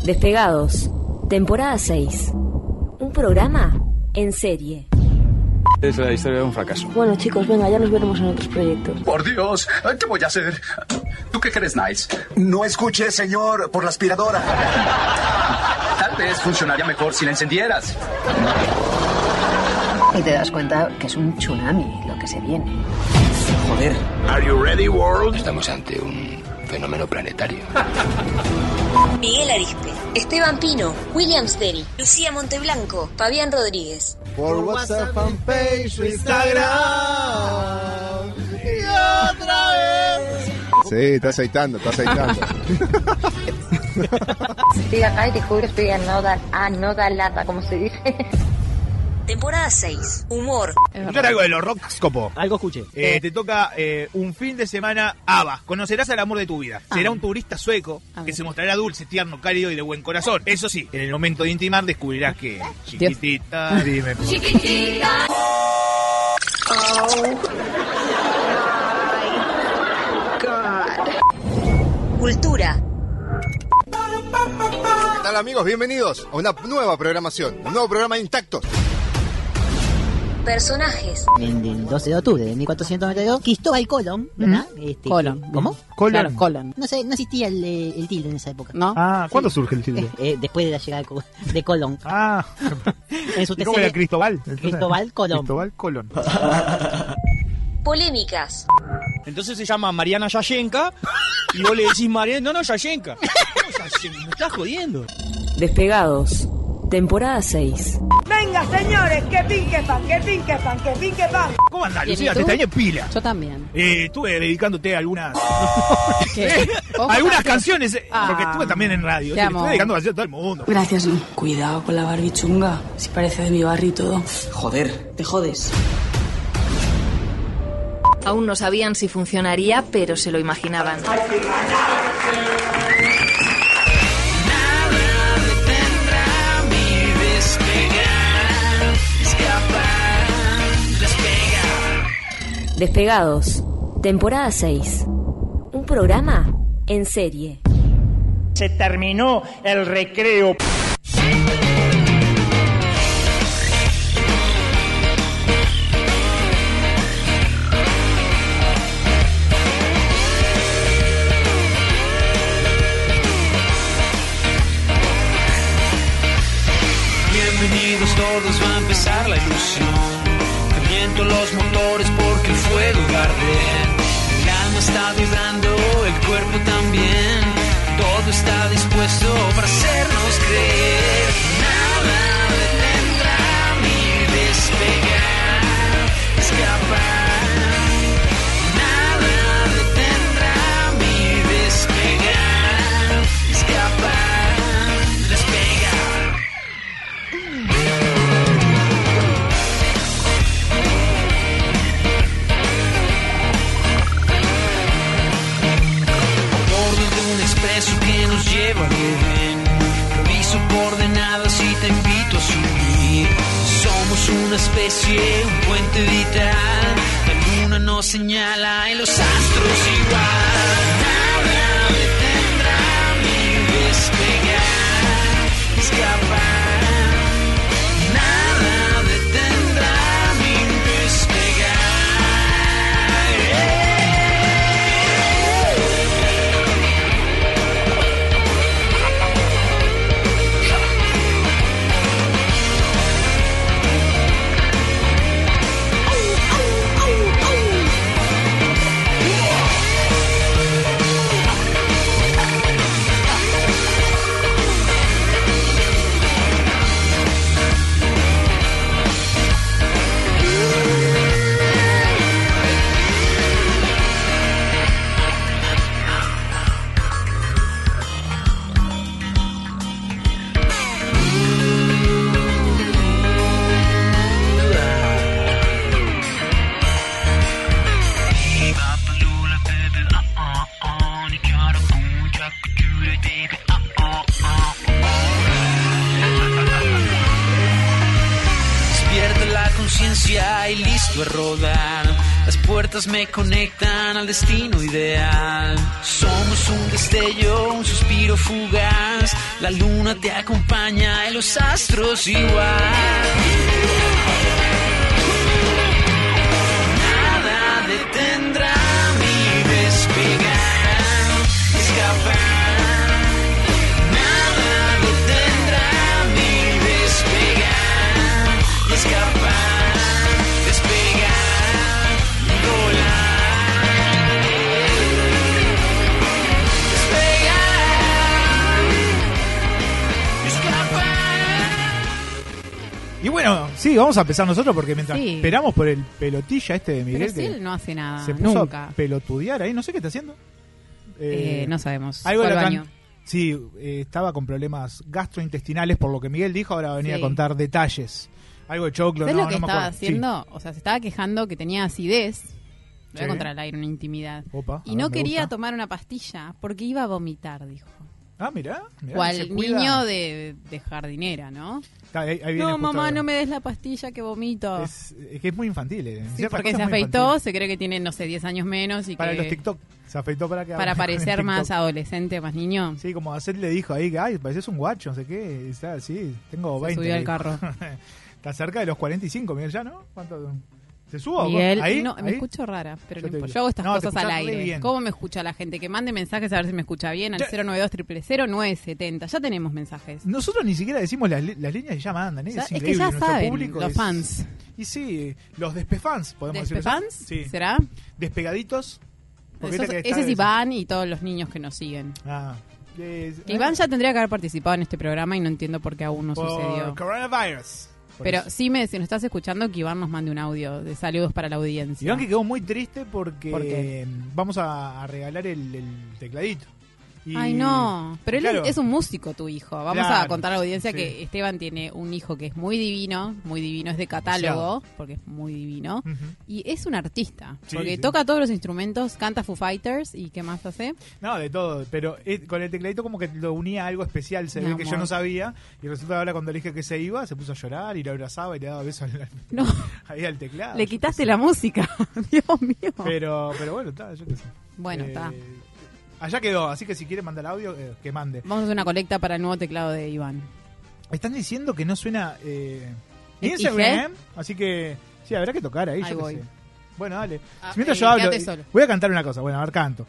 Despegados, temporada 6. Un programa en serie. Es la historia de un fracaso. Bueno, chicos, venga, ya nos veremos en otros proyectos. Por Dios, ¿qué voy a hacer? ¿Tú qué crees, Nice? No escuche, señor, por la aspiradora. Tal vez funcionaría mejor si la encendieras. Y te das cuenta que es un tsunami lo que se viene. Joder. Are you ready, world? Estamos ante un fenómeno planetario. Miguel Arispe, Esteban Pino, William Steri, Lucía Monteblanco, Fabián Rodríguez. Por WhatsApp, fanpage, Instagram. Y otra vez. Sí, está aceitando. Estoy acá y descubro que estoy anodalada, como se dice. Temporada 6. Humor. Escuchar algo de los Rockscopo. Algo escuché. Te toca un fin de semana ABBA. Conocerás al amor de tu vida. Será un turista sueco que se mostrará dulce, tierno, cálido y de buen corazón. Eso sí, en el momento de intimar descubrirás que... Chiquitita, dime. Chiquitita. Oh my God. Cultura. ¿Qué tal, amigos? Bienvenidos a una nueva programación, un nuevo programa de Intactos. Personajes. En el 12 de octubre de 1492, Cristóbal Colón, ¿verdad? Colón. ¿Cómo? Colón. Claro, Colón. No sé, no existía el tilde en esa época. ¿No? Ah, ¿cuándo surge el tilde? Después de la llegada de Colón. Ah. En su ¿Cómo era Cristóbal? Cristóbal Colón. Cristóbal Colón. Polémicas. Entonces se llama Mariana Yashenka y vos le decís Mariana, no, Yashenka. ¿Cómo Yashenka? Me estás jodiendo. Despegados. Temporada 6. Venga, señores, que pinque pan. ¿Cómo andás, Lucía? Te extrañé pila. Yo también. Estuve dedicándote a algunas... ¿Qué? Algunas canciones, porque estuve también en radio. Te amo. Estuve dedicando canciones a todo el mundo. Gracias, Lu. Cuidado con la barbichunga. Si parece de mi barrio y todo. Joder. Te jodes. Aún no sabían si funcionaría, pero se lo imaginaban. Despegados. Temporada 6. Un programa en serie. Se terminó el recreo. Bienvenidos todos, va a empezar la ilusión. Caliento los motores porque el fuego arde. El alma está vibrando, el cuerpo también. Todo está dispuesto para hacernos creer. Nada detendrá mi despegar, escapar. Nada detendrá mi despegar, escapar, despegar. Expreso que nos lleva bien. Reviso coordenadas y te invito a subir. Somos una especie, un puente vital. La luna nos señala y los astros igual. Nada detendrá mi despegar, escapar. Nada detendrá mi despegar. Despierta la conciencia y listo a rodar. Las puertas me conectan al destino ideal. Somos un destello, un suspiro fugaz. La luna te acompaña y los astros igual. Nada detendrá mi despegar, escapar. Nada detendrá mi despegar, escapar, despegar, volar. Despegar, escapar. Y bueno, sí, vamos a empezar nosotros porque mientras Sí. esperamos por el pelotilla este de Miguel, Pero si que él no hace nada, se puso nunca. a pelotudear ahí, no sé qué está haciendo. No sabemos. Algo Fue de al la baño. Sí, estaba con problemas gastrointestinales, por lo que Miguel dijo, ahora va a venir Sí. a contar detalles. Algo de choclo, ¿Sabes no, lo que no me estaba acuerdo. Sí. haciendo? O sea, se estaba quejando que tenía acidez. Lo voy a Sí. contar al aire, una intimidad. Opa, a Y ver, no me quería gusta. tomar una pastilla porque iba a vomitar, dijo. Ah, mirá. se Cual cuida. niño de jardinera, ¿no? Ahí viene No, justo mamá, ahora. no me des la pastilla que vomito. Es que es muy infantil. En Sí, ciertas porque cosas se es muy afeitó, infantil. se cree que tiene, no sé, 10 años menos. Y Para que los TikTok. Se afeitó para que para con el parecer más TikTok. adolescente, más niño. Sí, como Acet le dijo ahí que, ay, pareces un guacho, no sé qué. Y está, sí, tengo Se 20. subió al dijo. carro. Está cerca de los 45, Miguel, ya, ¿no? ¿Cuánto? ¿Se subo? Miguel, ¿Ahí? no, me ¿Ahí? escucho rara, pero Yo no te importa. digo. Yo hago estas No, te cosas al escuchás re aire. bien. ¿Cómo me escucha la gente? Que mande mensajes a ver si me escucha bien al 092-00970. Ya tenemos mensajes. Nosotros ni siquiera decimos las líneas y ya mandan, ¿eh? Ya- Es es que increíble, ya nuestro saben, público los es- fans. Y sí, los despefans, podemos decir. ¿Despefans? Sí. ¿Será? Despegaditos. Porque Ese viste que está es de- Iván y todos los niños que nos siguen. Ah. Que Iván ya tendría que haber participado en este programa y no entiendo por qué aún no por sucedió. coronavirus. Por Pero eso. sí, si nos estás escuchando, que Iván nos mande un audio de saludos para la audiencia. Iván que quedó muy triste porque ¿Por qué? vamos a regalar el tecladito. Y- Ay, no. Pero él claro, es un músico, tu hijo. Vamos Claro, a contar a la audiencia sí. que Esteban tiene un hijo que es muy divino, es de catálogo, porque es muy divino. Ujú. Y es un artista, Sí, porque sí. toca todos los instrumentos, canta Foo Fighters y ¿qué más hace? No, de todo, pero con el tecladito como que lo unía a algo especial, se Mi ve que yo amor. no sabía, y resulta ahora cuando le dije que se iba, se puso a llorar y lo abrazaba y le daba besos No. ahí al teclado. Le quitaste la música, Dios mío. Pero bueno, está, yo qué sé. Bueno, está. Allá quedó, así que si quiere mandar audio, que mande. Vamos a hacer una colecta para el nuevo teclado de Iván. Están diciendo que no suena ¿XG? Instagram, así que sí, habrá que tocar ahí, Ahí yo qué voy. sé. Bueno, dale. Ah, Mientras yo hablo, quédate solo. voy a cantar una cosa, bueno, a ver, canto.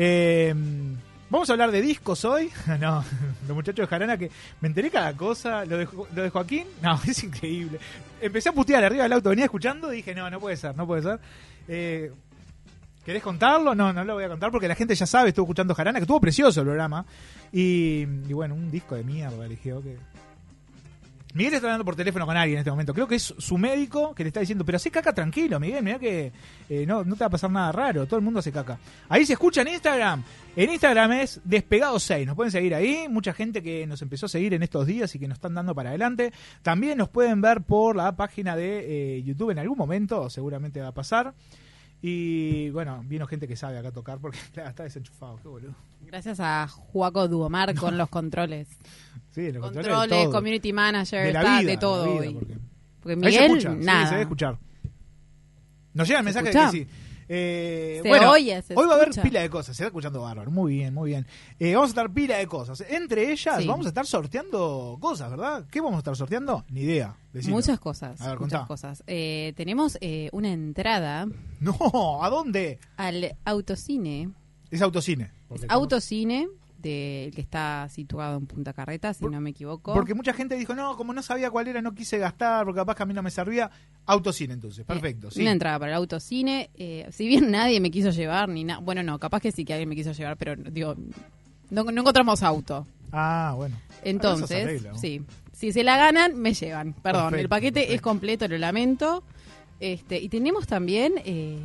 Vamos a hablar de discos hoy. No, los muchachos de Jarana que me enteré cada cosa. Lo de Joaquín, no, es increíble. Empecé a putear arriba del auto, venía escuchando y dije, no puede ser, no puede ser. ¿Querés contarlo? No lo voy a contar porque la gente ya sabe, estuvo escuchando Jarana, que estuvo precioso el programa. Y bueno, un disco de mierda eligió que... Miguel está hablando por teléfono con alguien en este momento. Creo que es su médico que le está diciendo, pero hacé caca tranquilo, Miguel, mirá que no te va a pasar nada raro, todo el mundo hace caca. Ahí se escucha en Instagram. En Instagram es Despegado6, nos pueden seguir ahí. Mucha gente que nos empezó a seguir en estos días y que nos están dando para adelante. También nos pueden ver por la página de YouTube en algún momento, seguramente va a pasar. Y bueno, vino gente que sabe acá tocar porque claro, está desenchufado, qué boludo. Gracias a Juaco Duomar con los controles. Sí, los Controles, de todo. community manager, De la está vida, de todo de la vida, hoy. Porque ahí se Miguel, escucha, nada. sí, se debe escuchar. Nos llega el mensaje escucha? de que sí. Se Bueno, oye, se hoy va a haber escucha. pila de cosas, se está escuchando bárbaro, muy bien, muy bien. Vamos a estar pila de cosas. Entre ellas Sí. vamos a estar sorteando cosas, ¿verdad? ¿Qué vamos a estar sorteando? Ni idea. Decilo. Muchas cosas. A ver, muchas contá. cosas. Tenemos una entrada No, ¿a dónde? al autocine. Es autocine. porque Autocine, que está situado en Punta Carreta, si no me equivoco. Porque mucha gente dijo, no, como no sabía cuál era, no quise gastar, porque capaz que a mí no me servía. Autocine, entonces, perfecto. Sí. Una entrada para el autocine. Si bien nadie me quiso llevar, ni nada. Bueno, no, capaz que sí que alguien me quiso llevar, pero digo, no encontramos auto. Ah, bueno. Entonces, Eso se arregla, ¿no? sí. Si se la ganan, me llevan. Perdón, Perfecto, el paquete perfecto. es completo, lo lamento. Y tenemos también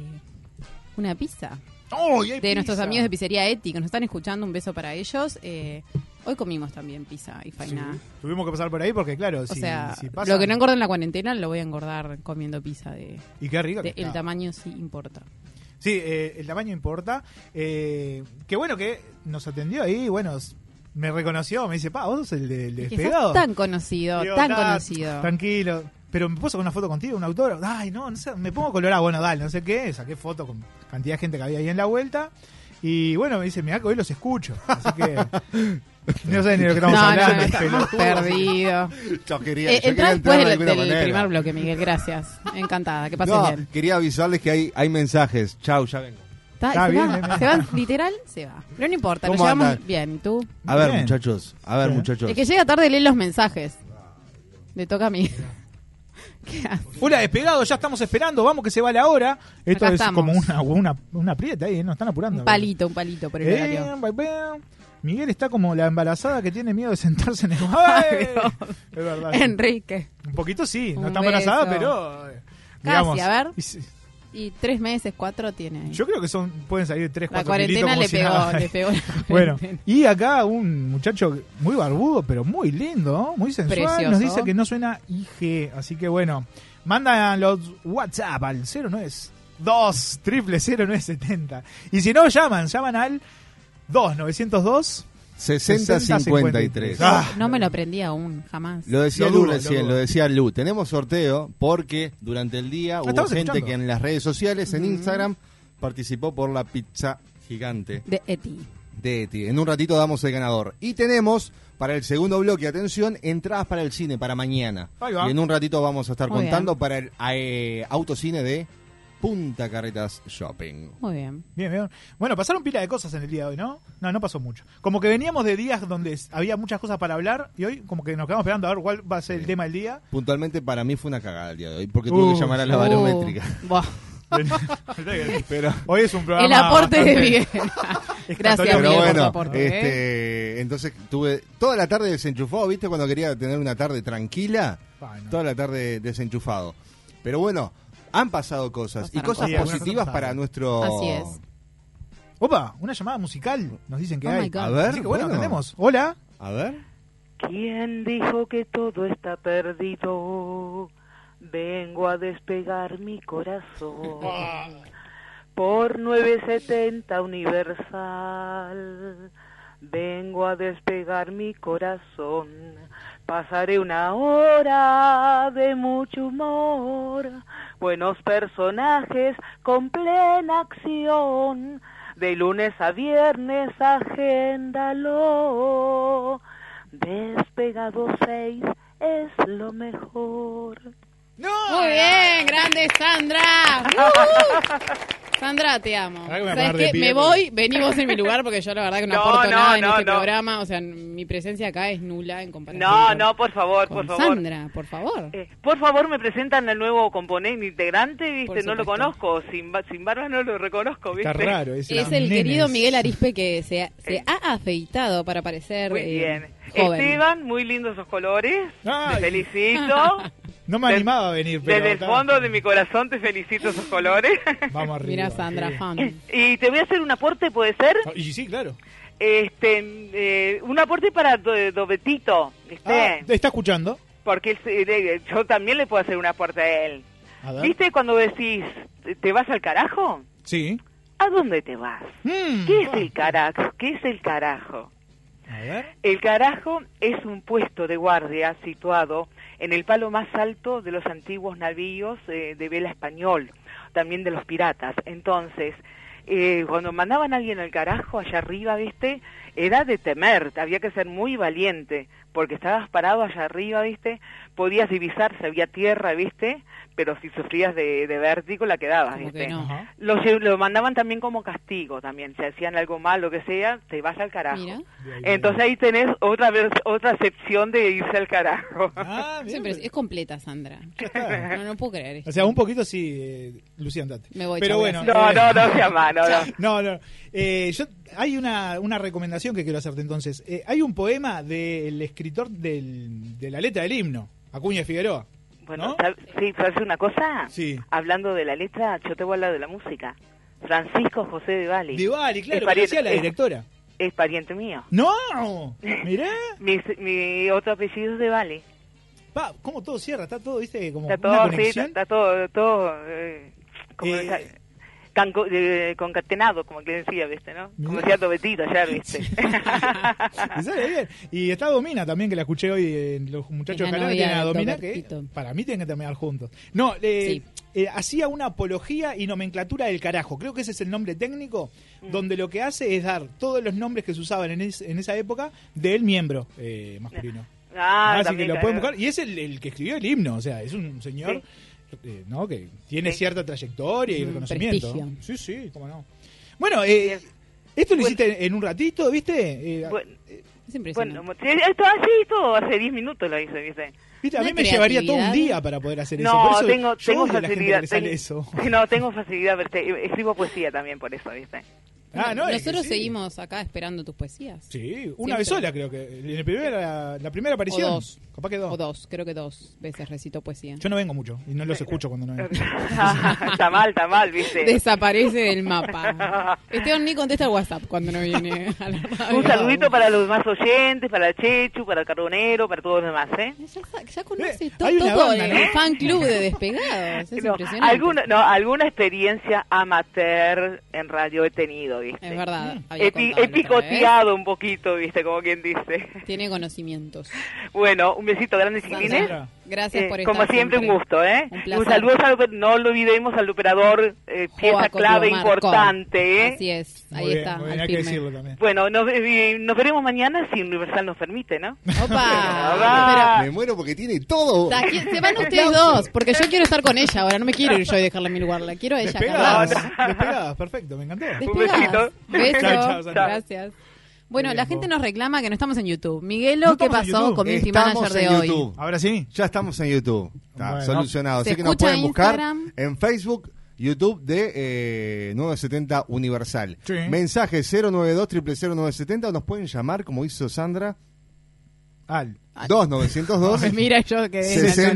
una pizza. ¡Oh, y hay De nuestros pizza! amigos de Pizzería Eti, que nos están escuchando, un beso para ellos. Hoy comimos también pizza y Sí, fainá. tuvimos que pasar por ahí porque, claro, O si, sea, si pasa... lo que no engorda en la cuarentena lo voy a engordar comiendo pizza Y qué rico que el está. tamaño sí importa. Sí, el tamaño importa. Qué bueno que nos atendió ahí, bueno, me reconoció, me dice, vos sos el del Que despegado. sos tan conocido, Digo, tan "Nah, conocido. Tranquilo. pero me puedo sacar una foto contigo, un autógrafo. Ay, no sé, me pongo colorado. Bueno, dale, no sé qué. Saqué foto con cantidad de gente que había ahí en la vuelta. Y bueno, me dice, mirá que hoy los escucho. Así que no sé ni de lo que estamos hablando. Estamos perdidos. Yo quería entrá entrar después de del alguna manera. primer bloque, Miguel, gracias. Encantada, que pases No, bien. quería avisarles que hay mensajes. Chau, ya vengo. Se bien, va, bien. se va, literal, se va. Pero no importa, lo ¿Cómo llevamos andan? bien. ¿Y tú? A ver, Bien. muchachos. El que llega tarde lee los mensajes. Le toca a mí. ¿Qué hace? Hola, despegado, ya estamos esperando. Vamos que se va la hora. Esto Acá es estamos. como una aprieta ahí, nos están apurando. Un palito por el horario. Miguel está como la embarazada que tiene miedo de sentarse en el... ¡Ay! Dios. Es verdad. Enrique. Un poquito sí, no Un está embarazada, beso. pero... Casi, a ver. y sí. Y 3 meses, 4 tiene ahí. Yo creo que pueden salir 3, 4 La cuarentena le pegó. Bueno, y acá un muchacho muy barbudo, pero muy lindo, muy sensual, Precioso. nos dice que no suena IG. Así que bueno, mandan los WhatsApp al 092 0970. Y si no, llaman al 2902 6053. No me lo aprendí aún, jamás. Lo decía Lo Lu dudo, recién, lo dudo. lo decía Lu. Tenemos sorteo porque durante el día hubo estamos gente escuchando. que en las redes sociales, en Instagram, participó por la pizza gigante De Eti. de Eti. En un ratito damos el ganador. Y tenemos para el segundo bloque, atención, entradas para el cine para mañana. Ahí va. Y en un ratito vamos a estar Muy contando bien. para el autocine de Punta Carretas Shopping. Muy bien. Bien, bien. Bueno, pasaron pila de cosas en el día de hoy, ¿no? No pasó mucho. Como que veníamos de días donde había muchas cosas para hablar y hoy como que nos quedamos esperando a ver cuál va a ser el tema del día. Puntualmente para mí fue una cagada el día de hoy porque tuve que llamar a la barométrica. Buah. Pero hoy es un programa... El aporte de bastante- Miguel. Gracias, Pero Miguel, por tu bueno, aporte. entonces tuve toda la tarde desenchufado, ¿viste? Cuando quería tener una tarde tranquila, Bueno. toda la tarde desenchufado. Pero bueno, han pasado cosas y Pasaron cosas cosas. Sí, positivas algunas cosas para pasaron. nuestro... Así es. Opa, una llamada musical. Nos dicen que Oh hay. my God. A ver, Así que bueno, bueno. atendemos. Hola. A ver. ¿Quién dijo que todo está perdido? Vengo a despegar mi corazón. Por 970 Universal. Vengo a despegar mi corazón. Pasaré una hora de mucho humor. Buenos personajes con plena acción. De lunes a viernes, agéndalo. Despegado 6 es lo mejor. Muy bien, grande Sandra. Sandra, te amo. Ay, me ¿Sabes agarré de qué? pie, Me porque- voy, vení vos en mi lugar porque yo la verdad que no No, aporto no, nada en no, este no. programa. O sea, mi presencia acá es nula en comparación No, con, no, por favor, con por favor. Sandra, por favor. Por favor, me presentan al nuevo componente integrante, ¿viste? Por No lo supuesto. conozco, sin barba no lo reconozco, ¿viste? Está raro. Es el querido Miguel Arispe que se ha afeitado para parecer Muy bien. joven. Esteban, muy lindos esos colores, Ay. te felicito. No me animaba a venir, pero... Desde el fondo de mi corazón te felicito esos colores. Vamos arriba. Mira Sandra, qué- fan. Y te voy a hacer un aporte, ¿puede ser? Y sí, claro. Un aporte para Dobetito, ¿viste? ¿Te está escuchando? Porque yo también le puedo hacer un aporte a él. A ver. ¿Viste cuando decís, te vas al carajo? Sí. ¿A dónde te vas? ¿Qué es el carajo? ¿Qué es el carajo? A ver. El carajo es un puesto de guardia situado en el palo más alto de los antiguos navíos de vela español, también de los piratas. Entonces, cuando mandaban a alguien al carajo allá arriba, ¿viste? Era de temer, había que ser muy valiente, porque estabas parado allá arriba, ¿viste? Podías divisar si había tierra, ¿viste? Pero si sufrías de vértigo la quedabas, Como ¿viste? que no. Ajá. Lo mandaban también como castigo, también. Si hacían algo mal, lo que sea, te vas al carajo. Mira. Entonces ahí tenés otra acepción de irse al carajo. Ah, bien. Siempre es completa, Sandra. está. No puedo creer esto. O sea, un poquito sí, Lucía, andate. Me voy, Pero chau, bueno. gracias. No sea malo, no. No. Hay una recomendación que quiero hacerte entonces. Hay un poema del escritor de la letra del himno, Acuña Figueroa. Bueno, ¿no? sí, ¿sabes una cosa? Sí. Hablando de la letra, yo te voy a hablar de la música. Francisco José de Bali. De Bali, claro, Es que decía la directora. Es pariente mío. ¡No! Mirá. Mi otro apellido es de Bali. Pa, ¿cómo todo cierra? Está todo, ¿viste? Como Está una todo, sí, conexión. está todo, como Eh, esa- concatenado, como que decía, ¿viste, no? Como decía Tobetito ayer, ¿viste? Me sale bien. Y está Domina también, que la escuché hoy en los muchachos del canal, tienen a Domina, que para mí tienen que terminar juntos. No, hacía una apología y nomenclatura del carajo, creo que ese es el nombre técnico, donde lo que hace es dar todos los nombres que se usaban en esa época del miembro masculino. Así que lo pueden buscar. Y es el que escribió el himno, o sea, es un señor... ¿no? Que tiene cierta trayectoria y reconocimiento. Prestigio. Sí, cómo no. Bueno, esto lo hiciste en un ratito, ¿viste? Es impresionante. Bueno, esto hace 10 minutos lo hice, ¿viste? A mí me llevaría todo un día para poder hacer eso. No, por eso tengo facilidad. Eso. No, tengo facilidad, escribo poesía también por eso, ¿viste? Nosotros seguimos acá esperando tus poesías. Sí, una vez sola creo que. En la primera aparición. O dos. Capaz que dos. O dos, creo que 2 veces recito poesía. Yo no vengo mucho y no los escucho cuando no vengo. Está mal, ¿viste? Desaparece del mapa. Esteban ni contesta el WhatsApp cuando no viene a la radio. Un saludito para los demás oyentes, para el Chechu, para el Carbonero, para todos los demás, ¿eh? Ya conoce todo el fan club de Despegados. Es impresionante. Alguna experiencia amateur en radio he tenido, ¿viste? Es verdad. He picoteado un poquito, ¿viste? Como quien dice. Tiene conocimientos. Bueno, un besito grande, chiquilines. Gracias por estar. Como siempre, un gusto, ¿eh? Un saludo, no lo olvidemos al operador, pieza clave importante, ¿eh? Así es, ahí está. Hay que decirlo también. Bueno, nos veremos mañana si Universal nos permite, ¿no? ¡Opa! Me muero porque tiene todo. Se van ustedes dos, porque yo quiero estar con ella ahora, no me quiero ir yo y dejarla en mi lugar, la quiero a ella. Despegadas, perfecto, me encantó. Un besito. Beso, gracias. Bueno, la gente nos reclama que no estamos en YouTube. Miguelo, ¿qué pasó? Community Manager de hoy. YouTube. Ahora sí. Ya estamos en YouTube. Está bueno, solucionado. Así que nos pueden buscar en Facebook, YouTube de 970 Universal. Sí. Mensaje 092 000 o nos pueden llamar, como hizo Sandra, al 2902 mira yo que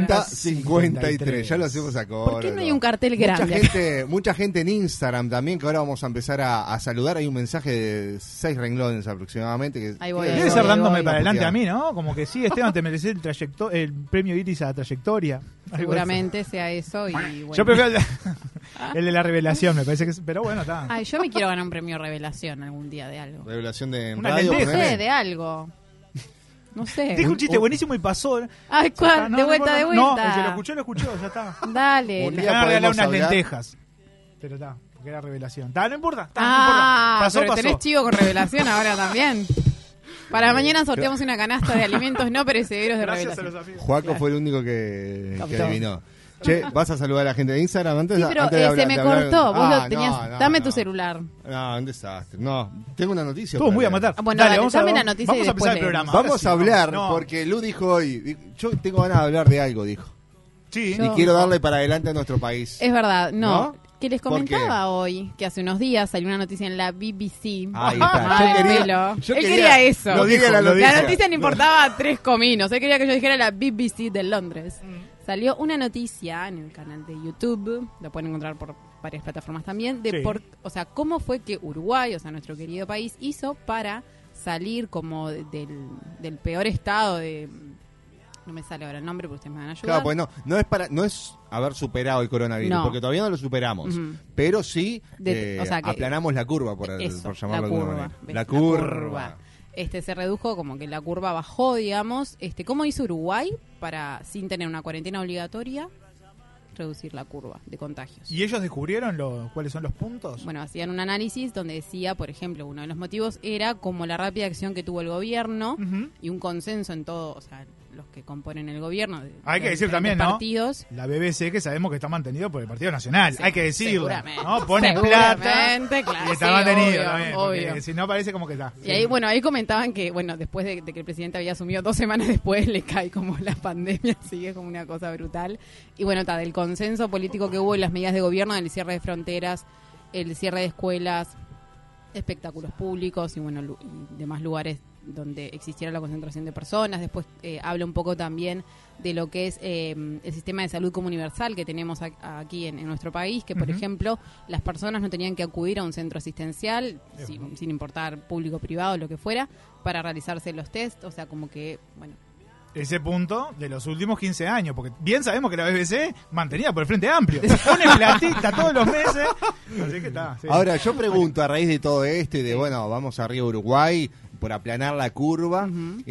6053. Ya lo hacemos a coro. ¿Por qué no hay un cartel grande? Mucha gente en Instagram también, que ahora vamos a empezar a saludar. Hay un mensaje de 6 renglones aproximadamente. Que debe ser dándome para adelante a mí, ¿no? Como que sí, Esteban, te mereces el premio Iris a la trayectoria. Seguramente sea eso. Y bueno. Yo prefiero el de la revelación, me parece que es, pero bueno, está. Yo me quiero ganar un premio revelación algún día de algo. Revelación de radio, no sé, de algo. No sé. Dijo un chiste buenísimo y pasó. Ay, ¿cuál? De vuelta. No, el que lo escuchó, ya está. Dale. Un día regalar unas lentejas. Pero está, porque era revelación. No importa. No importa. Pasó. Tenés chivo con revelación ahora también. Para mañana sorteamos una canasta de alimentos no perecederos de revelación. Juaco fue el único que adivinó. Che, ¿vas a saludar a la gente de Instagram antes? Sí, pero antes de hablar, se me cortó. Vos lo tenías. Dame tu celular. No, un desastre. No, tengo una noticia. Estuvo muy a matar. Bueno, dale, dame la noticia vamos y a empezar el programa. Vamos a hablar, porque Lu dijo hoy, yo tengo ganas de hablar de algo, dijo. Sí. Y quiero darle para adelante a nuestro país. Es verdad, no. Que les comentaba hoy que hace unos días salió una noticia en la BBC. Ahí está. Él quería eso. Lo dijo, la noticia no importaba 3 cominos. Él quería que yo dijera la BBC de Londres. Salió una noticia en el canal de YouTube, lo pueden encontrar por varias plataformas también, de cómo fue que Uruguay, o sea, nuestro querido país, hizo para salir como del peor estado de... No me sale ahora el nombre, porque ustedes me van a ayudar. Claro, pues no es haber superado el coronavirus, porque todavía no lo superamos, pero sí aplanamos la curva, por llamarlo de alguna manera. La curva. Se redujo, como que la curva bajó, digamos. ¿Cómo hizo Uruguay para, sin tener una cuarentena obligatoria, reducir la curva de contagios? ¿Y ellos descubrieron cuáles son los puntos? Bueno, hacían un análisis donde decía, por ejemplo, uno de los motivos era como la rápida acción que tuvo el gobierno y un consenso en todo, o sea, los que componen el gobierno. Hay que decir también, partidos. ¿no? La BBC, que sabemos que está mantenido por el Partido Nacional. Sí, hay que decirlo. ¿No? Pone plata claro, y está mantenido también. Obvio. Si no, parece como que está. Y ahí comentaban que, después de que el presidente había asumido 2 semanas después, le cae como la pandemia, sigue como una cosa brutal. Y del consenso político que hubo en las medidas de gobierno, del cierre de fronteras, el cierre de escuelas, espectáculos públicos y demás lugares donde existiera la concentración de personas. Después habla un poco también de lo que es el sistema de salud como universal que tenemos aquí en nuestro país, que por ejemplo las personas no tenían que acudir a un centro asistencial sin importar público o privado, lo que fuera, para realizarse los test, o sea, como que ese punto de los últimos 15 años, porque bien sabemos que la BBC mantenía por el Frente Amplio. Pone platita todos los meses. Así que está. Sí. Ahora, yo pregunto a raíz de todo esto y de, bueno, vamos arriba a Uruguay por aplanar la curva.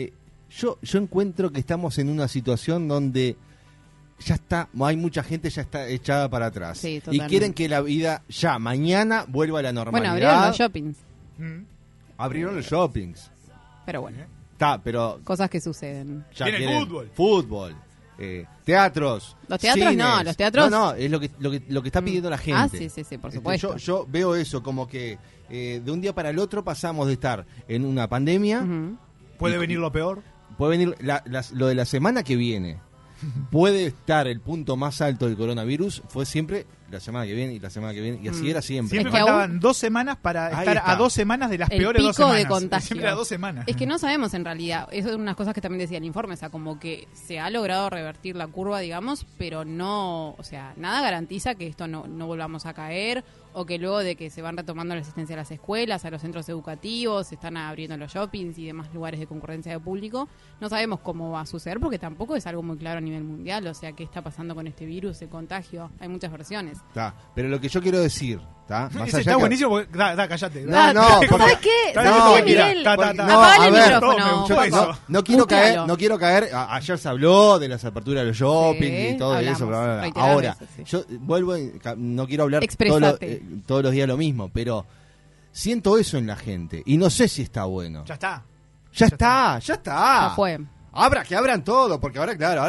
Yo encuentro que estamos en una situación donde ya está, hay mucha gente ya está echada para atrás. Sí, y quieren que la vida ya, mañana, vuelva a la normalidad. Bueno, abrieron los shoppings. Abrieron los shoppings. Pero bueno. Pero cosas que suceden. Tiene fútbol, teatros. Los teatros cines. no, los teatros. No, es lo que está pidiendo la gente. Sí, por supuesto. Yo veo eso como que de un día para el otro pasamos de estar en una pandemia. Puede venir lo peor. Puede venir lo de la semana que viene. Puede estar el punto más alto del coronavirus. Fue siempre la semana que viene y la semana que viene. Y así era siempre. Siempre faltaban 2 semanas para estar a 2 semanas de las peores 2 semanas. El pico de contagio. Siempre a 2 semanas. Es que no sabemos en realidad. Eso es unas cosas que también decía el informe. O sea, como que se ha logrado revertir la curva, digamos, pero no, o sea, nada garantiza que esto no volvamos a caer, o que luego de que se van retomando la asistencia a las escuelas, a los centros educativos, se están abriendo los shoppings y demás lugares de concurrencia de público, no sabemos cómo va a suceder porque tampoco es algo muy claro a nivel mundial. O sea, qué está pasando con este virus, el contagio. Hay muchas versiones. Pero lo que yo quiero decir, más allá está buenísimo porque, cállate. ¿Sabes qué? ¿Sabes Miguel? Apaga el micrófono. No quiero caer. Ayer se habló de las aperturas de los shopping y todo eso. Ahora, yo vuelvo, no quiero hablar todos los días lo mismo, pero siento eso en la gente y no sé si está bueno. Ya está. Ya fue. Que abran todo, porque ahora, claro,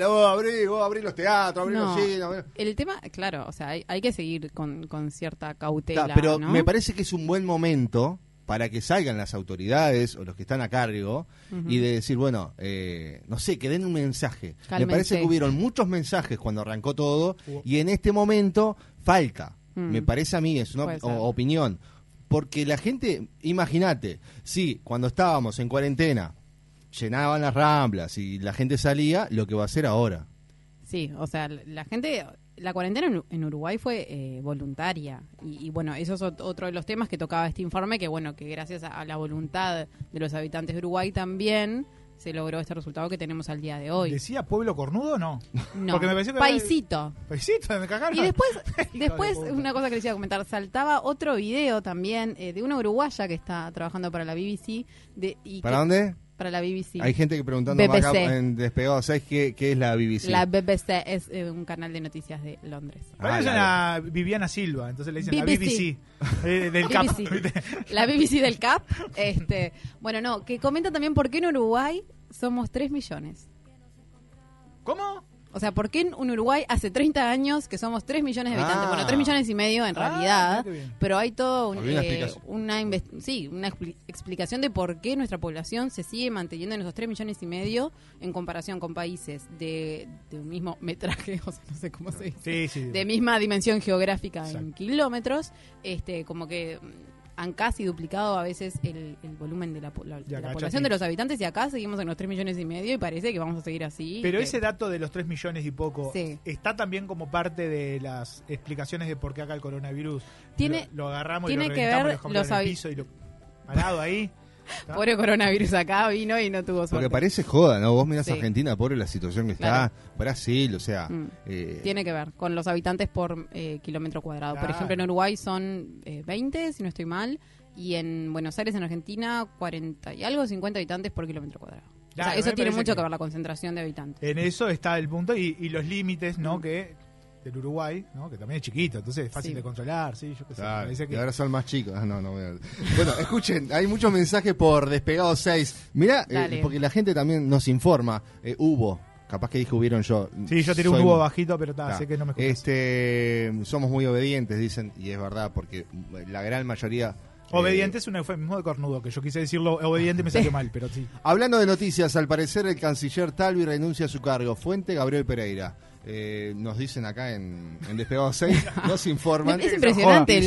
abrí los teatros, abrí los cines. El tema, claro, o sea, hay que seguir con cierta cautela. Pero ¿no? me parece que es un buen momento para que salgan las autoridades o los que están a cargo y de decir, bueno, no sé, que den un mensaje. Cálmense. Me parece que hubieron muchos mensajes cuando arrancó todo y en este momento falta. Me parece a mí, es una opinión. Porque la gente, imagínate, cuando estábamos en cuarentena, llenaban las Ramblas y la gente salía, lo que va a hacer ahora. Sí, o sea, la cuarentena en Uruguay fue voluntaria y bueno, eso es otro de los temas que tocaba este informe, que bueno, que gracias a la voluntad de los habitantes de Uruguay también se logró este resultado que tenemos al día de hoy. ¿Decía pueblo cornudo o no? No, porque me pareció que paisito. Paisito, me cagaron. Y después una cosa que les iba a comentar, saltaba otro video también de una uruguaya que está trabajando para la BBC. ¿Para dónde? Para la BBC. Hay gente que preguntando acá en Despegado 6 ¿qué es la BBC? La BBC es un canal de noticias de Londres. Es una Viviana Silva, entonces le dicen BBC. La BBC del CAP. La BBC del CAP. Bueno, que comenta también por qué en Uruguay somos 3 millones. ¿Cómo? O sea, ¿por qué en Uruguay hace 30 años que somos 3 millones de habitantes? Bueno, 3 millones y medio en realidad, pero hay todo una explicación de por qué nuestra población se sigue manteniendo en esos 3 millones y medio en comparación con países de un mismo metraje, o sea, no sé cómo se dice, de misma dimensión geográfica. Exacto. En kilómetros, como que han casi duplicado a veces el volumen de la población de los habitantes, y acá seguimos en los 3 millones y medio y parece que vamos a seguir así. Pero ese dato de los 3 millones y poco está también como parte de las explicaciones de por qué acá el coronavirus lo agarramos y lo reventamos, lo dejamos en el piso y lo parado ahí. Pobre coronavirus acá vino y no tuvo suerte. Porque parece joda, ¿no? Vos mirás a Argentina, pobre la situación que está, Brasil, o sea... Tiene que ver con los habitantes por kilómetro cuadrado. Por ejemplo, en Uruguay son 20, si no estoy mal, y en Buenos Aires, en Argentina, 40 y algo, 50 habitantes por kilómetro cuadrado. Claro, o sea, eso tiene mucho que ver la concentración de habitantes. En eso está el punto y los límites, ¿no? Que del Uruguay, ¿no? Que también es chiquito, entonces es fácil de controlar, yo qué sé. Y ahora son más chicos. Bueno, escuchen, hay muchos mensajes por Despegado 6. Mirá, porque la gente también nos informa. Hubo, capaz que dije hubieron yo. Sí, yo tiré un hubo bajito, pero sé que no me escuchas. Somos muy obedientes, dicen, y es verdad, porque la gran mayoría... Obediente es un eufemismo de cornudo, que yo quise decirlo obediente y me salió mal, pero sí. Hablando de noticias, al parecer el canciller Talvi renuncia a su cargo. Fuente Gabriel Pereira. Nos dicen acá en Despegado 6, nos informan. Es impresionante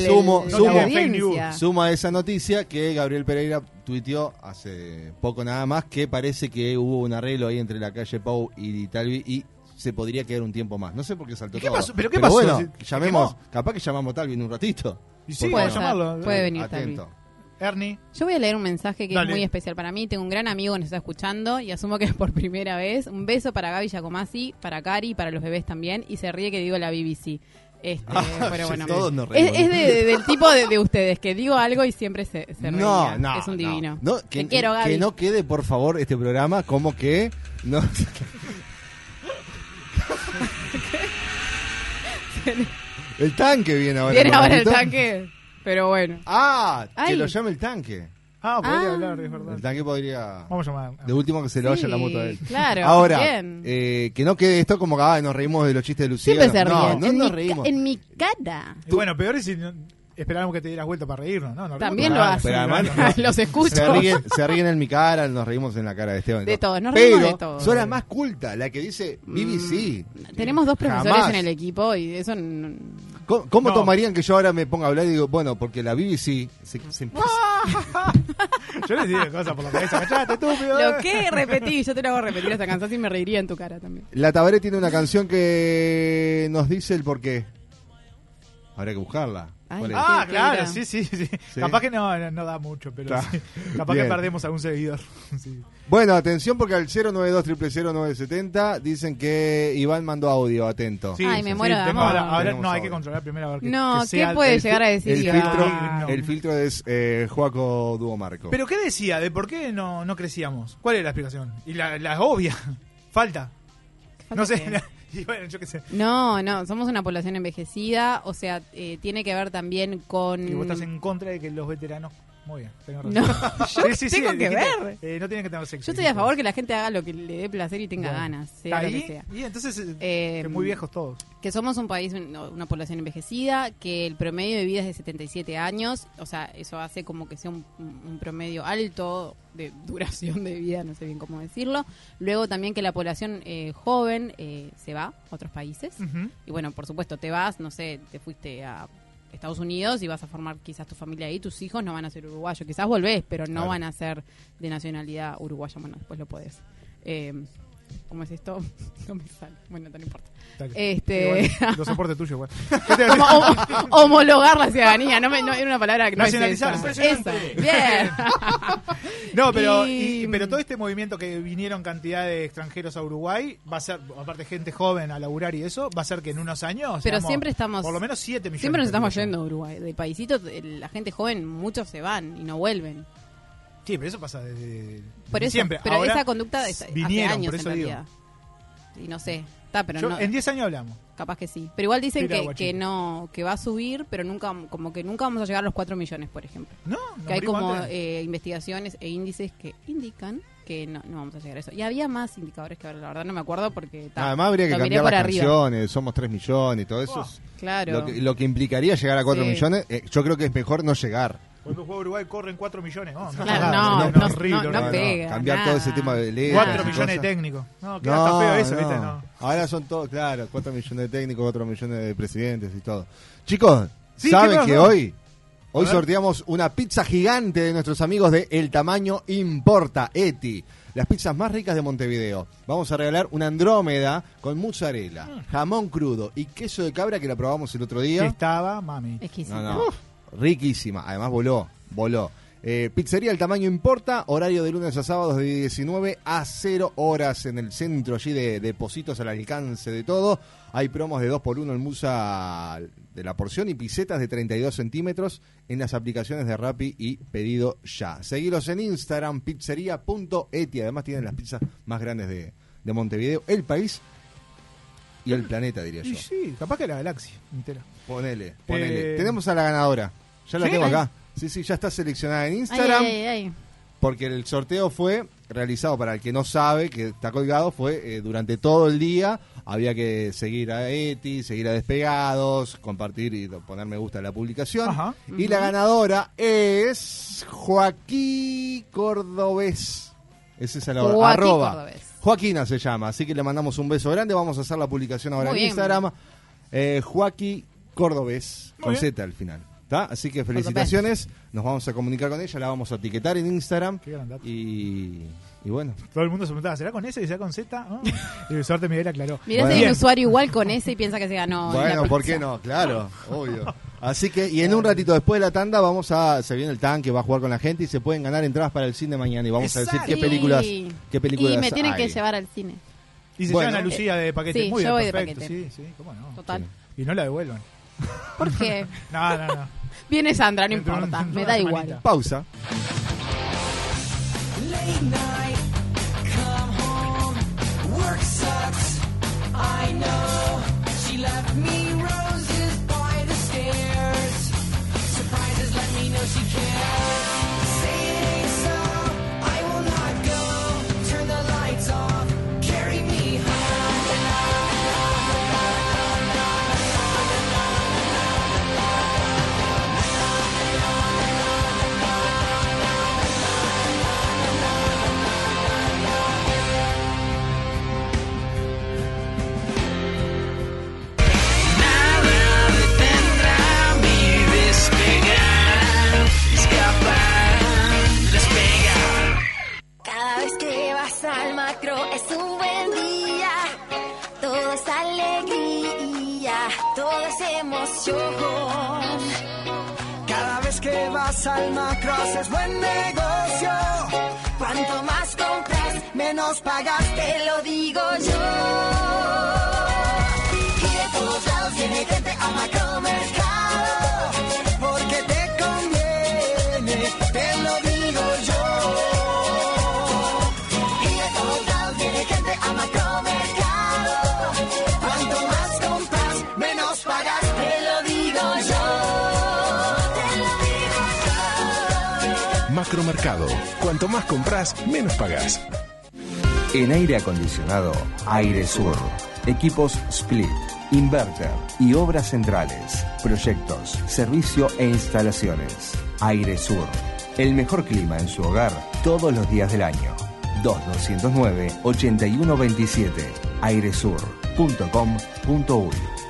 suma esa noticia que Gabriel Pereira tuiteó hace poco nada más, que parece que hubo un arreglo ahí entre la calle Pau y Talvi y se podría quedar un tiempo más. No sé por qué saltó todo. ¿Pero qué pasó? Bueno, capaz que llamamos a Talvi en un ratito. Sí, puede llamarlo. Puede venir Talvi. Ernie. Yo voy a leer un mensaje que Dale. es muy especial para mí. Tengo un gran amigo que nos está escuchando y asumo que es por primera vez. Un beso para Gaby Giacomazzi, para Cari y para los bebés también. Y se ríe que digo la BBC. Pero bueno, todos nos reímos. es del tipo de ustedes, que digo algo y siempre se ríe. No, es un divino. No, Te quiero, Gaby. Que no quede, por favor, este programa como que... No. El tanque viene ahora. Viene ahora el tanque, pero bueno. Que lo llame el tanque. Podría hablar, es verdad. El tanque podría... Vamos a llamar. De último que se le vaya la moto a él. Claro, ahora, bien. Que no quede esto como que nos reímos de los chistes de Lucía. Siempre se ríen. No nos reímos. En mi cara. Y bueno, peor es si esperábamos que te dieras vuelta para reírnos, ¿no? También lo hacen. Pero además, los escucho. Se ríen en mi cara, nos reímos en la cara de Esteban. De todos, nos reímos de todos. Sos la más culta, la que dice BBC. Tenemos 2 profesores Jamás. en el equipo y eso... ¿Cómo tomarían que yo ahora me ponga a hablar y digo, bueno, porque la BBC se Yo les digo cosas por la cabeza, cachate, estúpido. Lo que repetí, yo te lo hago repetir hasta cansar y me reiría en tu cara también. La Tabaré tiene una canción que nos dice el porqué. Habrá que buscarla. Claro, sí. Capaz que no da mucho, pero Claro. sí. Capaz que perdemos algún seguidor. Sí. Bueno, atención porque al 092-00970 dicen que Iván mandó audio, atento. Ay, me muero de amor. Ahora no, hay que controlar primero a ver ¿qué puede llegar a decir Iván? El filtro es Joaco Duomarco. ¿Pero qué decía? ¿De por qué no crecíamos? ¿Cuál es la explicación? Y la obvia. Falta. No sé. Y bueno, yo qué sé. No, somos una población envejecida, o sea, tiene que ver también con... Y vos estás en contra de que los veteranos... Muy bien, tengo razón. No, yo tengo que ver. No tienen que tener sexo. Yo estoy a favor que la gente haga lo que le dé placer y tenga ganas, sea lo que sea. Y entonces, que muy viejos todos. Que somos un país, una población envejecida, que el promedio de vida es de 77 años, o sea, eso hace como que sea un promedio alto de duración de vida, no sé bien cómo decirlo. Luego también que la población joven se va a otros países. Y bueno, por supuesto, te vas, no sé, te fuiste a Estados Unidos y vas a formar quizás tu familia ahí, tus hijos no van a ser uruguayos, quizás volvés, pero no van a ser de nacionalidad uruguaya. Bueno, después lo podés. ¿Cómo es esto? No me sale. Bueno, no importa. Los soportes tuyos, güey. Homologar la ciudadanía, no era una palabra que no nacionalizar, es esa. Bien. No, pero todo este movimiento que vinieron cantidad de extranjeros a Uruguay va a ser, aparte gente joven a laburar y eso, va a ser que en unos años pero siempre estamos por lo menos 7 millones. Siempre nos estamos yendo a Uruguay. Del paisito, la gente joven, muchos se van y no vuelven. Sí, pero eso pasa desde eso, siempre. Pero ahora esa conducta hace años por eso en realidad. Y no sé, pero no, en 10 años hablamos. Capaz que sí. Pero igual dicen que va a subir, pero nunca vamos a llegar a los 4 millones, por ejemplo. No, que hay como investigaciones e índices que indican que no vamos a llegar a eso. Y había más indicadores que ahora, la verdad no me acuerdo porque... Además habría que cambiar las canciones, somos 3 millones y todo eso. Claro. Lo que implicaría llegar a 4 millones, yo creo que es mejor no llegar. Cuando juega Uruguay corren 4 millones. No pega. Cambiar todo ese tema de leyes. 4 millones de técnicos. No, queda hasta feo eso, ¿viste? No. Ahora son todos, claro, 4 millones de técnicos, 4 millones de presidentes y todo. Chicos, ¿saben que hoy sorteamos una pizza gigante de nuestros amigos de El Tamaño Importa, Eti? Las pizzas más ricas de Montevideo. Vamos a regalar una Andrómeda con mozzarella, jamón crudo y queso de cabra que la probamos el otro día. Que estaba, mami. Exquisita. Riquísima, además voló. Pizzería El Tamaño Importa, horario de lunes a sábados de 19 a 0 horas en el centro allí de Positos al alcance de todo. Hay promos de 2x1 en musa de la porción y pisetas de 32 centímetros en las aplicaciones de Rappi y Pedido Ya. Seguilos en Instagram, pizzería.eti. Además tienen las pizzas más grandes de Montevideo, el país y el planeta, diría yo. Sí, capaz que la galaxia entera. Ponele. Tenemos a la ganadora. Ya la tengo acá. Sí, ya está seleccionada en Instagram. Porque el sorteo fue realizado, para el que no sabe, que está colgado, fue durante todo el día. Había que seguir a Eti, seguir a Despegados, compartir y poner me gusta a la publicación. Ajá. Y la ganadora es Joaquín Cordobés. Ese es el arroba. Joaquina se llama, así que le mandamos un beso grande. Vamos a hacer la publicación ahora en Instagram. Joaquín Cordobés, con Z al final. ¿Tá? Así que felicitaciones, nos vamos a comunicar con ella, la vamos a etiquetar en Instagram y bueno. Todo el mundo se preguntaba, ¿será con S y será con Z? ¿Oh? Y el suerte Miguel aclaró. Mirá si hay un usuario igual con S y piensa que se ganó. Bueno, ¿por qué no? Claro, obvio. Así que, y en un ratito después de la tanda se viene el tanque, va a jugar con la gente y se pueden ganar entradas para el cine mañana y vamos a decir qué películas Y me tienen que llevar al cine. Y se llevan a Lucía de paquete. Sí, muy yo bien, voy perfecto. de paquete. Sí, cómo no. Total. Sí. Y no la devuelvan. ¿Por qué? No. Viene Sandra, no importa, me da igual. Pausa. Late night, come home, work sucks, I know. She left me roses by the stairs. Surprises let me know she cares. Say it ain't so, I will not go. Turn the lights off, carry me home. Cada vez que vas al macro es un buen día, todo es alegría, todo es emoción. Cada vez que vas al macro haces buen negocio. Cuanto más compras, menos pagas, te lo digo yo. Y de todos lados viene gente a Macromercado, Porque te conviene, te lo digo yo. a Macromercado. Cuanto más compras, menos pagas, te lo digo yo. Te lo digo yo. Macromercado. Cuanto más compras, menos pagas. En aire acondicionado, Airesur. Equipos split, inverter y obras centrales. Proyectos, servicio e instalaciones. Airesur. El mejor clima en su hogar todos los días del año. 2209-8127. airesur.com.uy.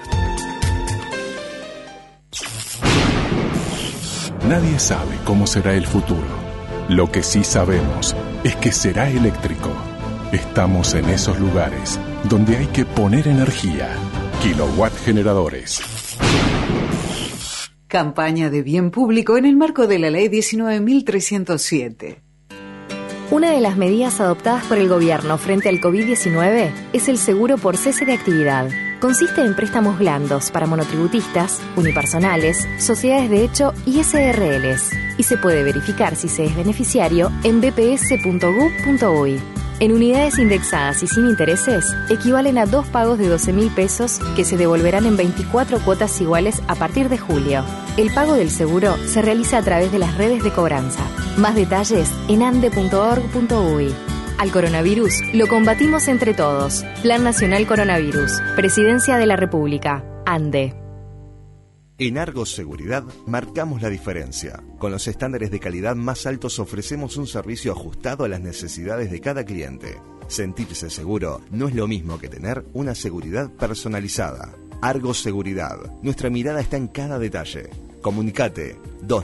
Nadie sabe cómo será el futuro. Lo que sí sabemos es que será eléctrico. Estamos en esos lugares donde hay que poner energía. Kilowatt Generadores. Campaña de bien público en el marco de la Ley 19.307. Una de las medidas adoptadas por el gobierno frente al COVID-19 es el seguro por cese de actividad. Consiste en préstamos blandos para monotributistas, unipersonales, sociedades de hecho y SRLs. Y se puede verificar si se es beneficiario en bps.gov.uy. En unidades indexadas y sin intereses, equivalen a 2 pagos de 12.000 pesos que se devolverán en 24 cuotas iguales a partir de julio. El pago del seguro se realiza a través de las redes de cobranza. Más detalles en ande.org.uy. Al coronavirus lo combatimos entre todos. Plan Nacional Coronavirus. Presidencia de la República. ANDE. En Argos Seguridad marcamos la diferencia. Con los estándares de calidad más altos ofrecemos un servicio ajustado a las necesidades de cada cliente. Sentirse seguro no es lo mismo que tener una seguridad personalizada. Argos Seguridad. Nuestra mirada está en cada detalle. Comunicate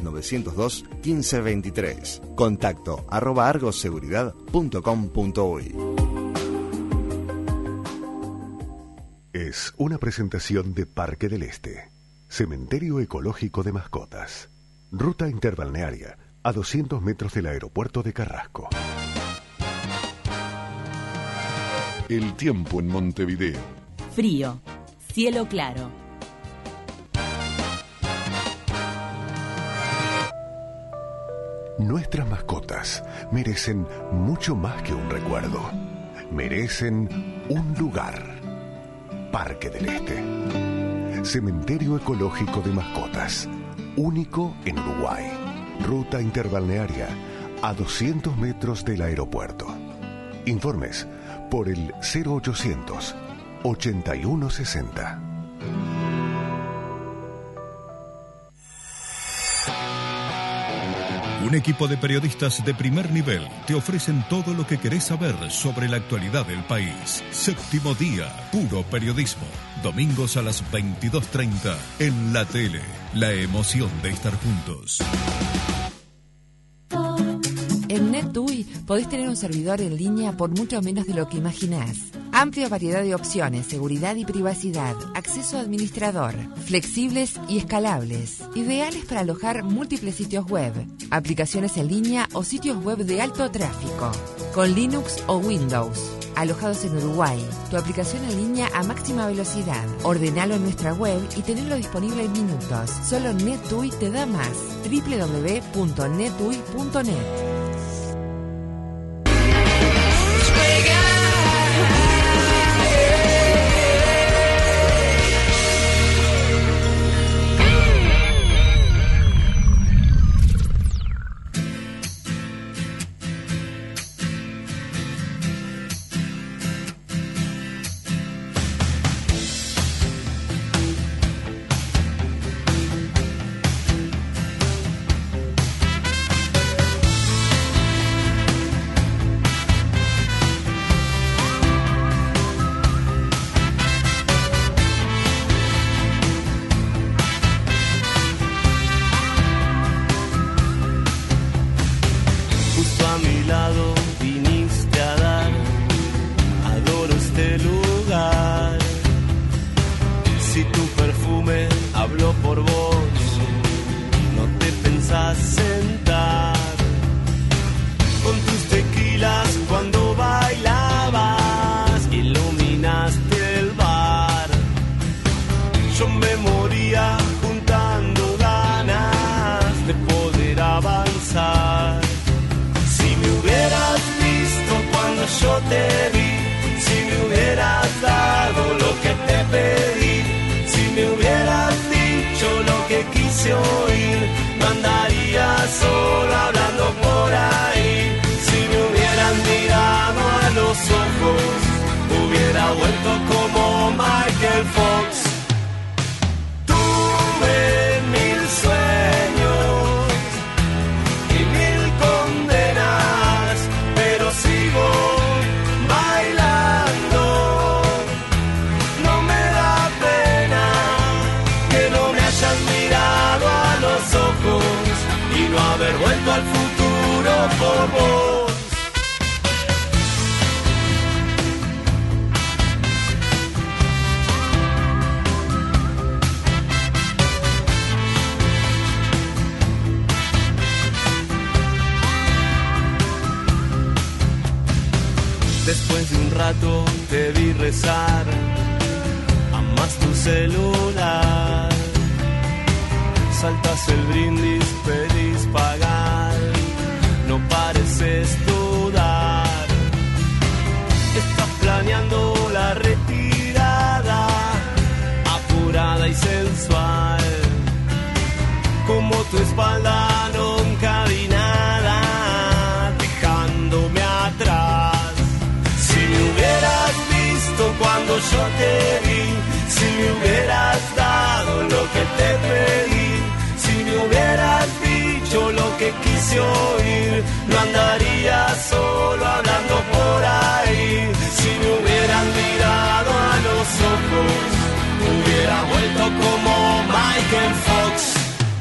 2902-1523. Contacto @argoseguridad.com.uy. Es una presentación de Parque del Este. Cementerio Ecológico de Mascotas. Ruta interbalnearia a 200 metros del aeropuerto de Carrasco. El tiempo en Montevideo. Frío. Cielo claro. Nuestras mascotas merecen mucho más que un recuerdo. Merecen un lugar. Parque del Este. Cementerio Ecológico de Mascotas. Único en Uruguay. Ruta interbalnearia a 200 metros del aeropuerto. Informes por el 0800 8160. Un equipo de periodistas de primer nivel te ofrecen todo lo que querés saber sobre la actualidad del país. Séptimo día, puro periodismo. Domingos a las 22:30 en la tele. La emoción de estar juntos. En NetUI podés tener un servidor en línea por mucho menos de lo que imaginás. Amplia variedad de opciones, seguridad y privacidad, acceso a administrador, flexibles y escalables, ideales para alojar múltiples sitios web, aplicaciones en línea o sitios web de alto tráfico, con Linux o Windows. Alojados en Uruguay, tu aplicación en línea a máxima velocidad. Ordenalo en nuestra web y tenerlo disponible en minutos. Solo NetUI te da más. www.netui.net. Después de un rato te vi rezar, amas tu celular, saltas el brindis, pedís pagar, no pareces dudar, estás planeando la retirada, apurada y sensual, como tu espalda nunca vi nada, dejándome atrás. Si me hubieras visto cuando yo te vi, si me hubieras dado lo que te pedí, si me hubieras dicho lo que quise oír, no andaría solo hablando por ahí. Si me hubieran mirado a los ojos, hubiera vuelto como Michael Fox.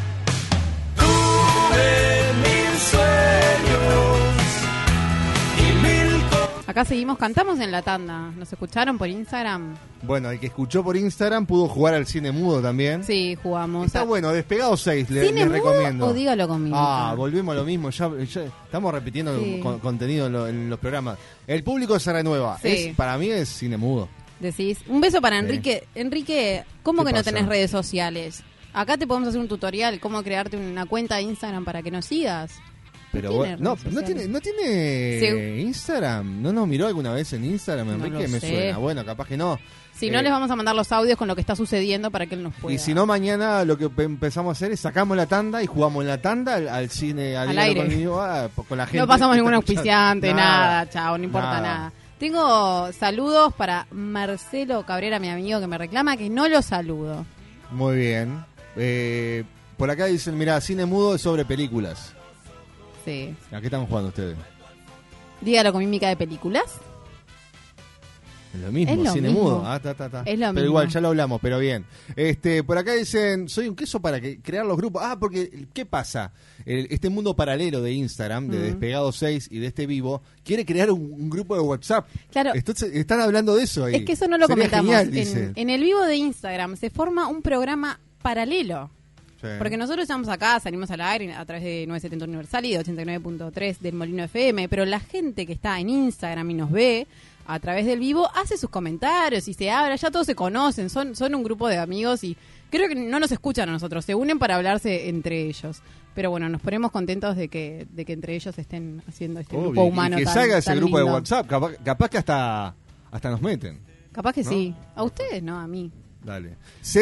Tuve mil sueños y mil Acá seguimos, cantamos en la tanda. ¿Nos escucharon por Instagram? Bueno, el que escuchó por Instagram pudo jugar al cine mudo también. Sí, jugamos. Está bueno, Despegado 6, les ¿Cine mudo recomiendo. o dígalo conmigo? Volvemos a lo mismo, ya estamos repitiendo contenido en los programas. El público se renueva. Sí. Para mí es cine mudo. Decís. Un beso para Enrique. Enrique, ¿cómo que no tenés redes sociales? Acá te podemos hacer un tutorial, cómo crearte una cuenta de Instagram para que nos sigas. Pero no tiene Instagram. ¿No nos miró alguna vez en Instagram, Enrique? Me suena. Bueno, capaz que no. Si no, les vamos a mandar los audios con lo que está sucediendo para que él nos pueda. Y si no, mañana lo que empezamos a hacer es sacamos la tanda y jugamos en la tanda al cine, al aire. Con la gente. No pasamos ningún auspiciante, nada, chao, no importa nada. Tengo saludos para Marcelo Cabrera, mi amigo, que me reclama que no lo saludo. Muy bien. Por acá dicen, mirá, cine mudo es sobre películas. Sí. ¿A qué están jugando ustedes? Dígalo con mímica de películas. Es lo mismo, Es lo cine mismo. mudo. Es lo mismo. Pero igual, ya lo hablamos, pero bien. Por acá dicen, soy un queso para crear los grupos. Porque, ¿qué pasa? Este mundo paralelo de Instagram, de Despegado 6 y de este vivo, quiere crear un grupo de WhatsApp. Claro. Entonces, están hablando de eso ahí. Es que eso no lo Sería comentamos. genial, dicen. En el vivo de Instagram se forma un programa paralelo. Sí. Porque nosotros estamos acá, salimos al aire a través de 970 Universal y de 89.3 del Molino FM, pero la gente que está en Instagram y nos ve a través del vivo hace sus comentarios y se habla, ya todos se conocen, son un grupo de amigos y creo que no nos escuchan a nosotros, se unen para hablarse entre ellos. Pero bueno, nos ponemos contentos de que entre ellos estén haciendo este grupo humano. Y que tan, salga ese tan grupo lindo. de WhatsApp, capaz que hasta nos meten. Capaz que ¿no? sí. A ustedes, no, a mí. Dale.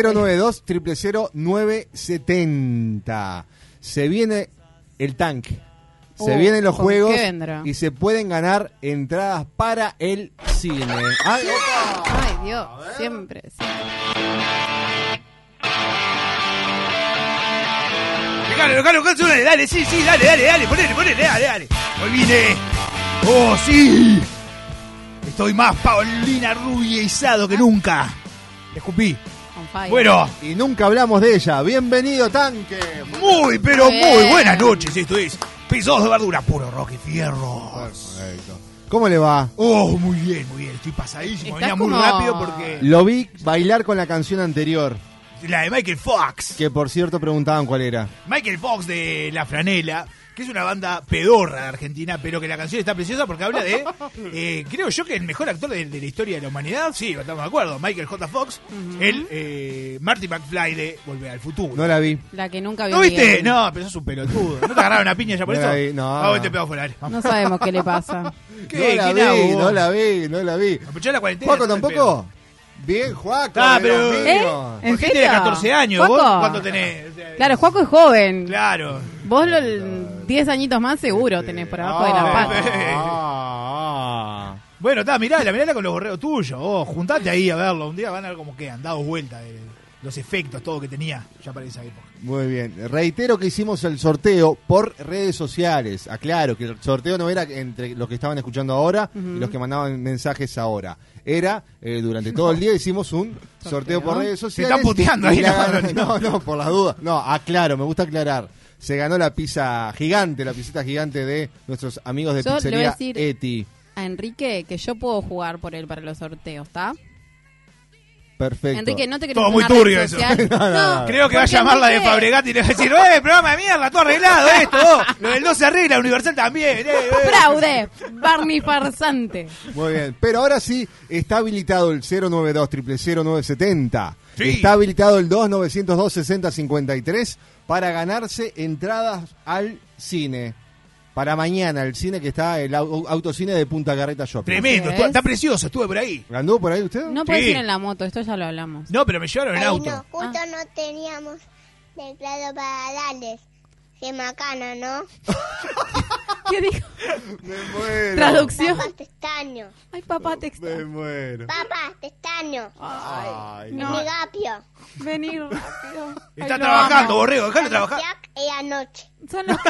092-000-970. Se viene el tanque. Se vienen los ¿con juegos qué vendrá? y se pueden ganar entradas para el cine. ¡Ay, opa! Ay, Dios, siempre. Dale, sí, dale, ponele, dale. Hoy vine. ¡Oh, sí! Estoy más Paulina rubiizado que nunca. Le escupí. Bueno. Y nunca hablamos de ella. Bienvenido, tanque. Muy buenas noches. Esto es Pisos de Verdura, puro rock y fierro. Perfecto. ¿Cómo le va? Oh, muy bien. Estoy pasadísimo. Venía muy rápido porque... Lo vi bailar con la canción anterior. La de Michael Fox. Que por cierto preguntaban cuál era. Michael Fox de La Franela, que es una banda pedorra de Argentina, pero que la canción está preciosa porque habla de, creo yo que el mejor actor de la historia de la humanidad, sí, estamos de acuerdo, Michael J. Fox, Marty McFly de Volver al Futuro. No la vi. La que nunca vi. ¿No viste? No, pero sos un pelotudo. ¿No te agarraron una piña ya por eso? No. Vamos, te pego fuera. No sabemos qué le pasa. ¿Qué? No la vi. ¿Aprovechó la cuarentena? ¿Juaco tampoco? Bien, Juaco. Pero... ¿En ¿Por qué serio? tenés 14 años? ¿Juaco? ¿Vos cuánto tenés? Claro, Juaco es joven. Claro. Vos 10 añitos más seguro tenés por abajo de la pata. Bueno, mirala con los borreos tuyos. Juntate ahí a verlo. Un día van a ver cómo quedan, dados vuelta de los efectos, todo que tenía ya para esa época. Muy bien. Reitero que hicimos el sorteo por redes sociales. Aclaro que el sorteo no era entre los que estaban escuchando ahora y los que mandaban mensajes ahora. Era, durante todo el día hicimos un sorteo por redes sociales. Se están puteando ahí. No, por las dudas. No, aclaro, me gusta aclarar. Se ganó la pizza gigante, la pisita gigante de nuestros amigos de Yo le voy a Pizzería decir Eti. a Enrique que yo puedo jugar por él para los sorteos, ¿está? Perfecto. Enrique, no te querés todo muy una red turbio eso. social. No, creo que va a llamarla de Fabregat y le va a decir, programa de mierda, todo arreglado esto. Lo del 2 se arregla, Universal también. Fraude, Barney farsante. Muy bien, pero ahora sí está habilitado el 092-000-970. Sí. Está habilitado el 2902-6053 para ganarse entradas al cine. Para mañana, el cine que está, el autocine de Punta Carreta Shopping. Tremendo, está precioso, estuve por ahí. ¿Anduvo por ahí usted? No puedes ir en la moto, esto ya lo hablamos. No, pero me llevaron en auto. No, justo no teníamos teclado para darles. Qué macana, ¿no? ¿Qué dijo? Me muero. Traducción. Papá testaño. Ay, papá te Me muero. Papá testaño. Ay, no. Gapio. Vení rápido. Está trabajando, borrego, déjalo trabajar. Jack y anoche. Son los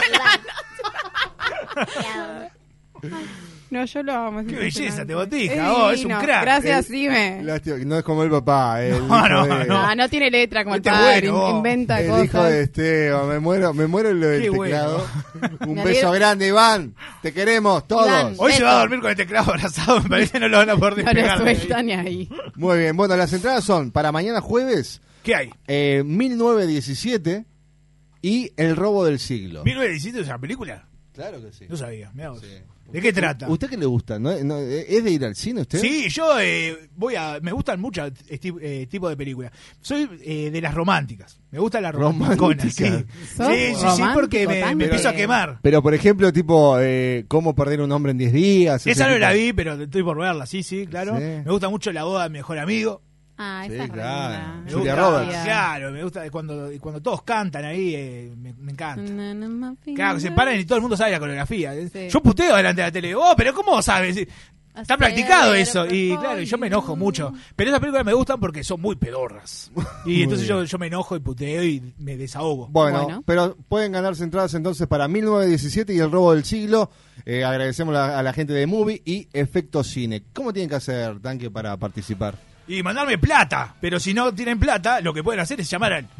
No, yo lo amo. Qué belleza, te botija, es un crack. Gracias, Sime. No es como el papá. No tiene letra como el padre, inventa el cosas. El hijo de Esteban, me muero en lo del teclado. Un beso grande, Iván. Te queremos todos. Iván, hoy se va a dormir con el teclado abrazado, me parece que no lo van a poder despegar. No lo sueltan ni ahí. Muy bien, bueno, las entradas son para mañana jueves. ¿Qué hay? 1917 y El robo del siglo. ¿1917 es una película? Claro que sí. No sabía, mirá vos. Sí. ¿De qué trata? ¿Usted qué le gusta? ¿Es de ir al cine usted? Sí, yo me gustan muchos tipos de películas. Soy de las románticas. Me gustan las romanticonas. Sí, porque me empiezo a quemar. Pero, por ejemplo, tipo, ¿Cómo perder un hombre en 10 días? Esa no la vi, pero estoy por verla, sí, claro. Sí. Me gusta mucho La boda de mi mejor amigo. Ah, sí, esa claro. Julia Roberts. Claro, me gusta cuando todos cantan ahí, me encanta. Claro, que se paran y todo el mundo sabe la coreografía. Sí. Yo puteo delante de la tele. Pero ¿cómo sabes? Está practicado eso. Y claro, yo me enojo mucho. Pero esas películas me gustan porque son muy pedorras. Y entonces yo me enojo y puteo y me desahogo. Bueno, pero pueden ganarse entradas entonces para 1917 y El robo del siglo. Agradecemos a la gente de Movie y Efecto Cine. ¿Cómo tienen que hacer, Tanque, para participar? Y mandarme plata. Pero si no tienen plata, lo que pueden hacer es llamar al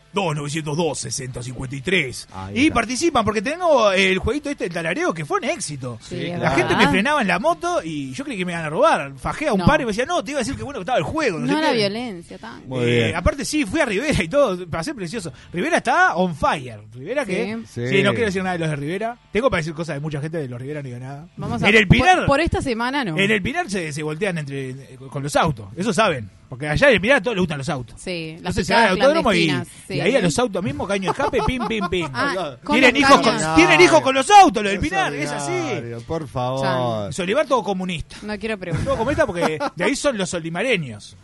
2902-6053 y participan porque tengo el jueguito el tarareo, que fue un éxito. La gente me frenaba en la moto y yo creí que me iban a robar. Fajé a un par y me decía, no, te iba a decir que bueno que estaba el juego. No la violencia, tan. Aparte sí, fui a Rivera y todo, pasé precioso. Rivera está on fire. Rivera que sí, no quiero decir nada de los de Rivera. Tengo para decir cosas de mucha gente de los Rivera, no digo nada. Vamos en el Pinar, por esta semana no. En el Pinar se voltean con los autos, eso saben. Porque allá en el Pinar a todos les gustan los autos. Sí, entonces se va al autódromo y ahí a los autos mismos, caño de escape, pim, pim, pim. Tienen hijos con los autos, los del Pinar, es así. Por favor. Solivar todo comunista. No quiero preguntar. Todo comunista porque de ahí son los solimareños.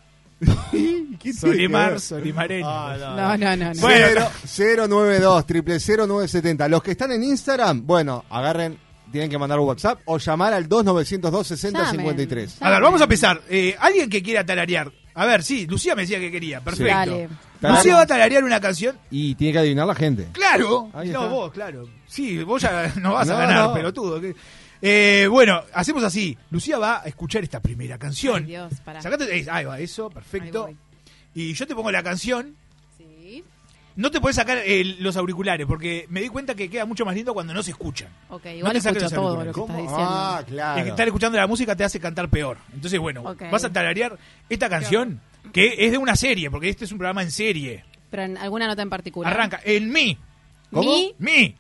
Solimareños. No. Bueno, 092 000970. Los que están en Instagram, bueno, agarren. Tienen que mandar un WhatsApp o llamar al 2902-6053. A ver, vamos a empezar. Alguien que quiera tararear. A ver, sí, Lucía me decía que quería. Perfecto. Dale. Lucía va a tararear una canción. Y tiene que adivinar la gente. ¡Claro! No, vos, claro. Sí, vos ya no vas a ganar, pelotudo. Bueno, hacemos así. Lucía va a escuchar esta primera canción. Ay, Dios, pará. Ahí va, eso, perfecto. Y yo te pongo la canción. No te puedes sacar los auriculares porque me di cuenta que queda mucho más lindo cuando no se escuchan. Ok, igual escucho todo lo que estás diciendo. Claro. Es que estar escuchando la música te hace cantar peor. Entonces, bueno, vas a tararear esta canción que es de una serie, porque este es un programa en serie. Pero en alguna nota en particular. Arranca, en mi. ¿Cómo? Mi.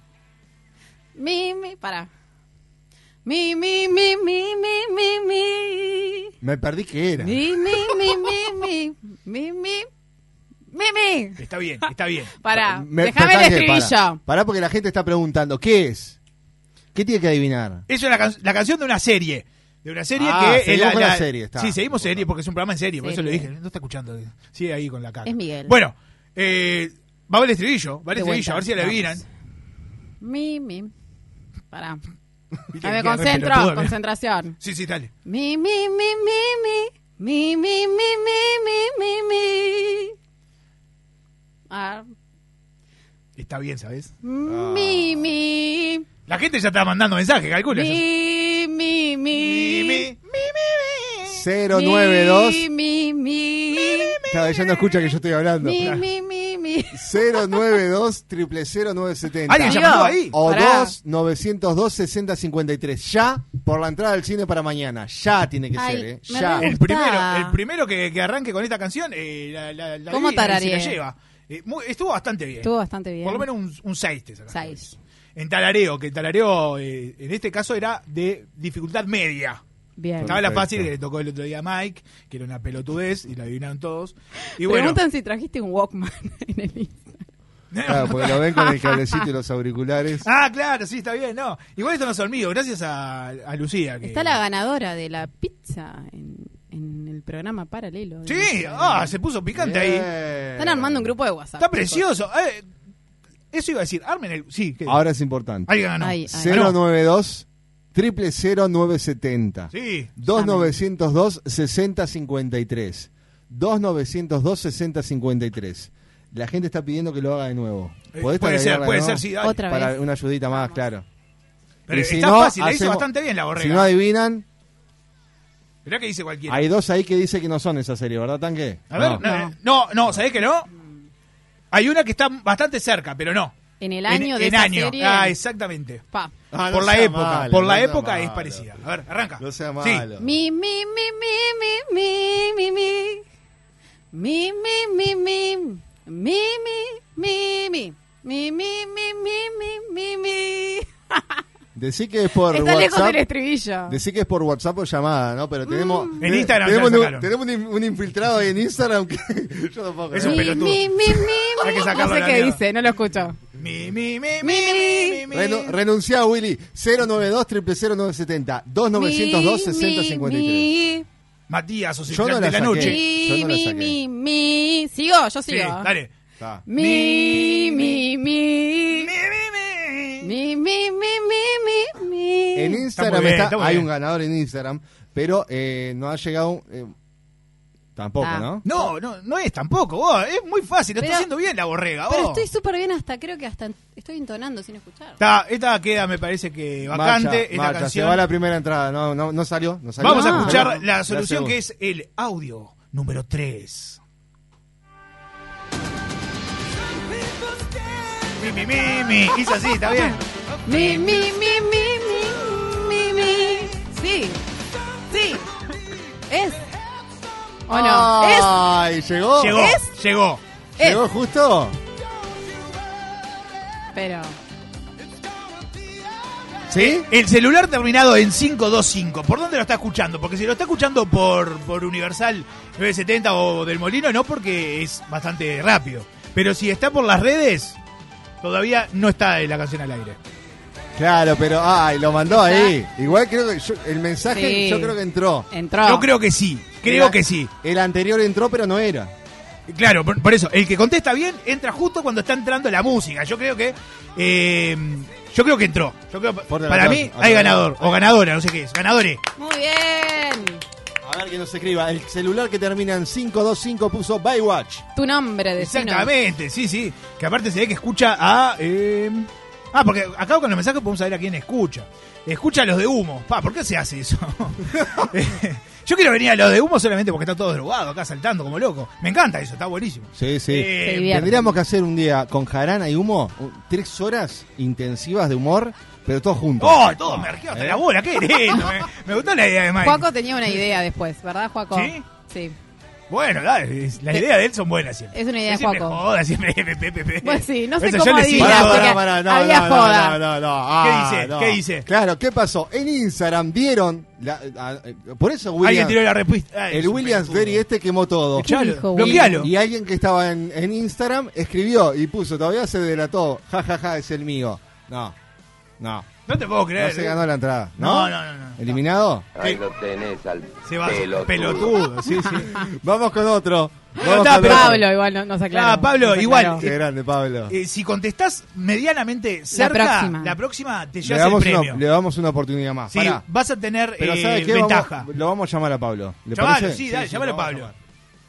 Para. Mi. Me perdí que era. Mi. Está bien. Pará, déjame el estribillo. Pará porque la gente está preguntando, ¿qué es? ¿Qué tiene que adivinar? Es la canción de una serie. De una serie seguimos con la serie. Sí, seguimos serie porque es un programa en serie, por eso le dije. No está escuchando. Sigue ahí con la cara. Es Miguel. Bueno, va el estribillo. A ver si la adivinan. Mi. Pará. Me concentro, concentración. Sí, dale. Mi. Está bien, ¿sabes? Mi. La gente ya está mandando mensajes, calcula. Mi. 092. Claro, ella no escucha que yo estoy hablando. 092 000970. ¿Alguien llamó ahí? O 2902-6053. Ya por la entrada al cine para mañana. Ya tiene que ser, ya. El primero que arranque con esta canción, ¿cómo tarareé? Se la lleva. Estuvo bastante bien. Por lo menos un 6 te sacaste. 6. En talareo, que el talareo en este caso era de dificultad media. Bien. Estaba la fácil que le tocó el otro día a Mike, que era una pelotudez, y la adivinaron todos. Y preguntan si trajiste un Walkman en el Instagram. Claro, porque lo ven con el cablecito y los auriculares. Claro, sí, está bien. No, igual esto no son míos, gracias a Lucía. Está la ganadora de la pizza en el programa paralelo. Sí, se puso picante ahí. Están armando un grupo de WhatsApp. Está precioso. Eso iba a decir, armen el... Sí, ahora es importante. Alguien ganó. 092 000970. Sí. 2902-6053. 2902-6053. La gente está pidiendo que lo haga de nuevo. Puede ser, sí. Dale. Otra para vez. Una ayudita más, claro. Pero y si está fácil, le hizo bastante bien la borrega. Si no adivinan... Mirá que dice cualquiera. Hay dos ahí que dice que no son esa serie, ¿verdad, Tanque? A ver, no, ¿sabés que no? Hay una que está bastante cerca, pero no. En el año de esa serie. Exactamente. Por la época. Por la época es parecida. A ver, arranca. No sea malo. Sí. Mi. Decí que es por Está WhatsApp. lejos del estribillo. Decí que es por WhatsApp o llamada, ¿no? Pero tenemos... En Instagram tenemos un infiltrado ahí en Instagram que yo no puedo creer. Es un pelotudo. Hay que sacarlo. No sé qué dice, no lo escucho. Renunciá, Willy. 092 000970. 2902-6053. Matías, o yo no de la noche. Yo no la saqué. Sigo, yo sigo. Sí, dale. En Instagram hay un ganador en Instagram, pero no ha llegado... tampoco, ¿no? No es tampoco, vos. Es muy fácil, lo está haciendo bien la borrega, vos. Pero estoy súper bien creo que hasta estoy entonando sin escuchar. Esta queda, me parece que vacante. Esta canción. Se va la primera entrada, no salió. Vamos a escuchar la solución que es el audio número 3. Mi. Hizo así, está bien. Mi. Sí. Es. ¿O no? Ay, ¿llegó? Llegó. ¿Llegó justo? Pero... ¿Sí? El celular terminado en 525. ¿Por dónde lo está escuchando? Porque si lo está escuchando por Universal 970 o del Molino, no, porque es bastante rápido. Pero si está por las redes, todavía no está la canción al aire. Claro, pero lo mandó ahí. Igual creo que el mensaje yo creo que entró. Yo creo que sí. Que sí. El anterior entró, pero no era. Claro, por eso, el que contesta bien entra justo cuando está entrando la música. Yo creo que entró. Para mí hay ganador o ganadora, no sé qué es. Ganadores. Muy bien. A ver que nos escriba. El celular que termina en 525 puso Baywatch. Tu nombre, decino. Exactamente, sí. Que aparte se ve que escucha a... porque acá con los mensajes podemos saber a quién escucha. Escucha a los de humo. ¿Por qué se hace eso? Yo quiero venir a los de humo solamente porque está todo drogado acá saltando como loco. Me encanta eso, está buenísimo. Sí. Tendríamos que hacer un día con Jarana y humo 3 horas intensivas de humor, pero todos juntos. Todo me arqueaste la bola, qué lindo. Me gustó la idea de Mike. Juaco tenía una idea después, ¿verdad, Juaco? Sí. Bueno, dale, las ideas de él son buenas siempre. Es una idea de Juaco. Joda, siempre. Pues sí, no sé eso cómo adivina, había joda. No. ¿Qué dice? Claro, ¿qué pasó? En Instagram dieron... por eso Williams... Alguien tiró la respuesta. El Williams Berry quemó todo. Bloquealo. Y alguien que estaba en Instagram escribió y puso, todavía se delató, jajaja, es el mío. No. No te puedo creer. No se ganó la entrada. No. ¿Eliminado? Ahí lo tenés al pelotudo. Sí. Vamos con otro. Pablo igual nos aclaró. Pablo, igual. Qué grande, Pablo. Si contestás medianamente cerca, la próxima te llevas el premio. Le damos una oportunidad más. Sí, vas a tener ventaja. Lo vamos a llamar a Pablo. Llamalo, sí, dale, llámalo a Pablo.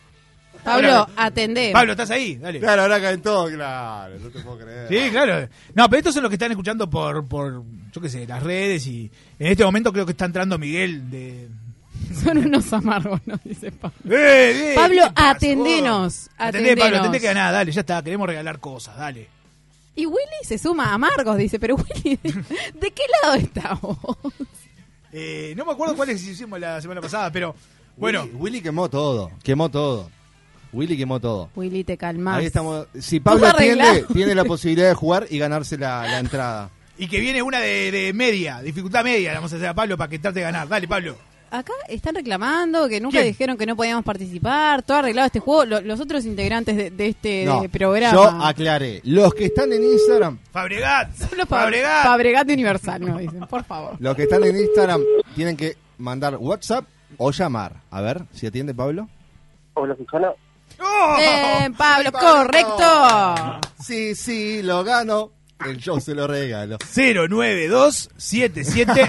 Pablo, atendé. Pablo, ¿estás ahí? Dale. Claro, ahora caen todos, claro, no te puedo creer. Sí, claro. No, pero estos son los que están escuchando por yo qué sé, las redes y en este momento creo que está entrando Miguel de... Son unos amargos, ¿no? Dice Pablo. Pablo, atendenos. Atendé, Pablo, atendé que nada, dale, ya está, queremos regalar cosas, dale. Y Willy se suma a amargos, dice, pero Willy, ¿de qué lado estamos? No me acuerdo cuáles hicimos la semana pasada, pero bueno. Willy quemó todo. Willy quemó todo. Willy, te calmás. Ahí estamos. Si Pablo tiene la posibilidad de jugar y ganarse la entrada. Y que viene una de media, dificultad media, le vamos a hacer a Pablo para que trate de ganar. Dale, Pablo. Acá están reclamando que nunca dijeron que no podíamos participar, todo arreglado este juego. Los otros integrantes de este programa. Yo aclaré. Los que están en Instagram. Fabregat. Solo Fabregat Universal, no dicen, por favor. Los que están en Instagram tienen que mandar WhatsApp o llamar. A ver si atiende Pablo. Hola, Susana. Pablo, correcto. Sí, lo gano. El show se lo regalo. 09277.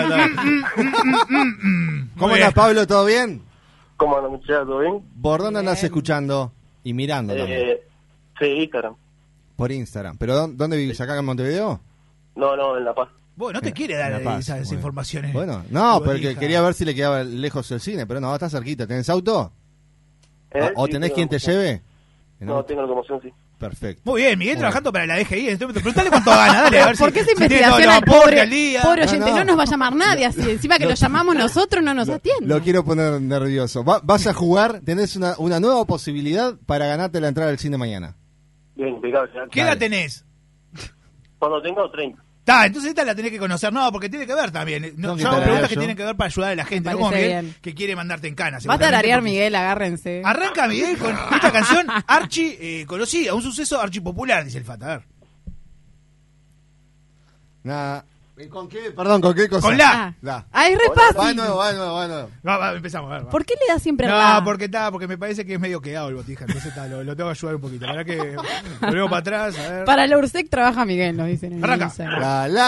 ¿Cómo andas, Pablo? ¿Todo bien? ¿Cómo andas, muchachos? ¿Todo bien? ¿Por dónde andas escuchando y mirando también? Sí, Instagram. Por Instagram. ¿Pero dónde vivís? ¿Acá en Montevideo? No, en La Paz. Bueno, no te quiere dar esas informaciones. Bueno, no, porque quería ver si le quedaba lejos el cine, pero no, está cerquita. ¿Tenés auto? ¿O tenés quien te lleve? No, tengo locomoción, sí. Perfecto. Muy bien, Miguel trabajando para la DGI. Preguntale cuánto gana, dale, a ver ¿por qué esa investigación al pobre oyente? No nos va a llamar nadie así. Encima que lo llamamos nosotros no nos atiende. Lo quiero poner nervioso. Vas a jugar, tenés una nueva posibilidad para ganarte la entrada al cine mañana. Bien, impecable. ¿Qué edad tenés? Cuando tengo 30. Entonces esta la tenés que conocer. No, porque tiene que ver también. Yo hago preguntas que tienen que ver para ayudar a la gente. No como Miguel, que quiere mandarte en cana. Va a tararear Miguel, agárrense. Arranca Miguel con esta canción archi conocida, un suceso archipopular, dice el Fata. A ver. Nada. ¿Con qué? Perdón, ¿con qué cosa? Con la. Es re fácil. Va de nuevo. Va, empezamos. Va. ¿Por qué le das siempre no, la? Porque me parece que es medio quedado el botija, entonces lo tengo que ayudar un poquito. Para que volvemos para atrás, a ver. Para la URSEC trabaja Miguel, nos dicen en Arranca. Instagram.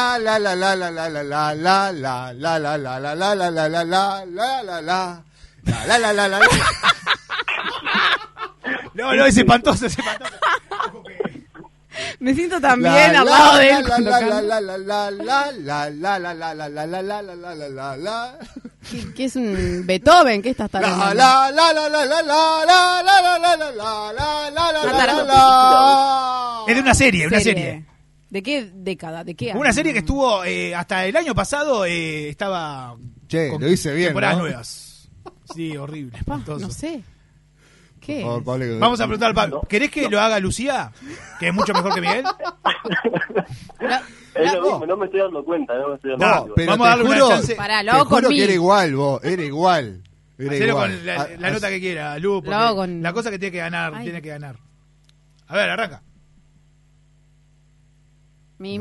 No, es espantoso. Me siento también al lado de él. ¿Qué es un Beethoven? ¿Qué estás tarareando? Es de una serie. ¿De qué década? ¿De qué año? Una serie que estuvo hasta el año pasado, estaba con lo hice bien, temporadas ¿no? nuevas. Sí, horrible, espantoso. No sé. ¿Qué? Por favor, Pablo, vamos a preguntar al Pablo. ¿Querés que lo haga Lucía? Que es mucho mejor que Miguel. Es lo mismo, no me estoy dando cuenta. Pero vamos a darle una chance. Pará, lo hago juro conmigo. que era igual, vos. Era igual. Hacelo con la nota que quiera, Lu. La cosa que tiene que ganar, Ay. tiene que ganar. A ver, arranca. Mi.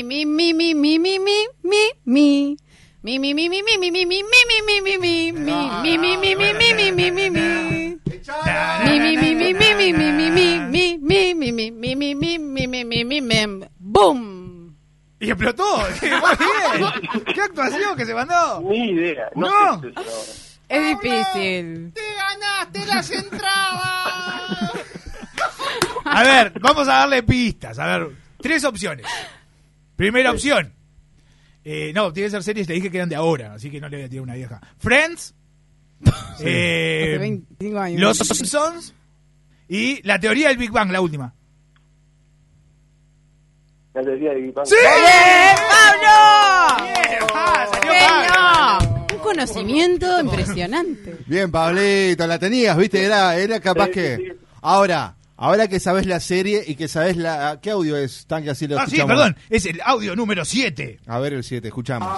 ¡Boom! Y explotó. ¡Qué bien! ¡Qué actuación que se mandó! Ni idea. No. Sé si Es difícil. ¡Te ganaste las entradas! A ver, vamos a darle pistas. A ver, 3 opciones. Primera opción. No, tiene que ser series, le dije que eran de ahora, así que no le voy a tirar una vieja. Friends. Hace 25 años. Los Simpsons. Y la teoría del Big Bang, la última. La teoría del Big Bang. ¡Sí! ¡Pablo! ¡Bien! ¡Salió ¡Genio! Un conocimiento impresionante. Bien, Pablito, la tenías, ¿viste? Era capaz que... Sí. Ahora que sabés la serie y que sabés la... ¿Qué audio es? Tan que así lo escuchamos. Sí, perdón. Es el audio número 7. A ver el 7, escuchamos.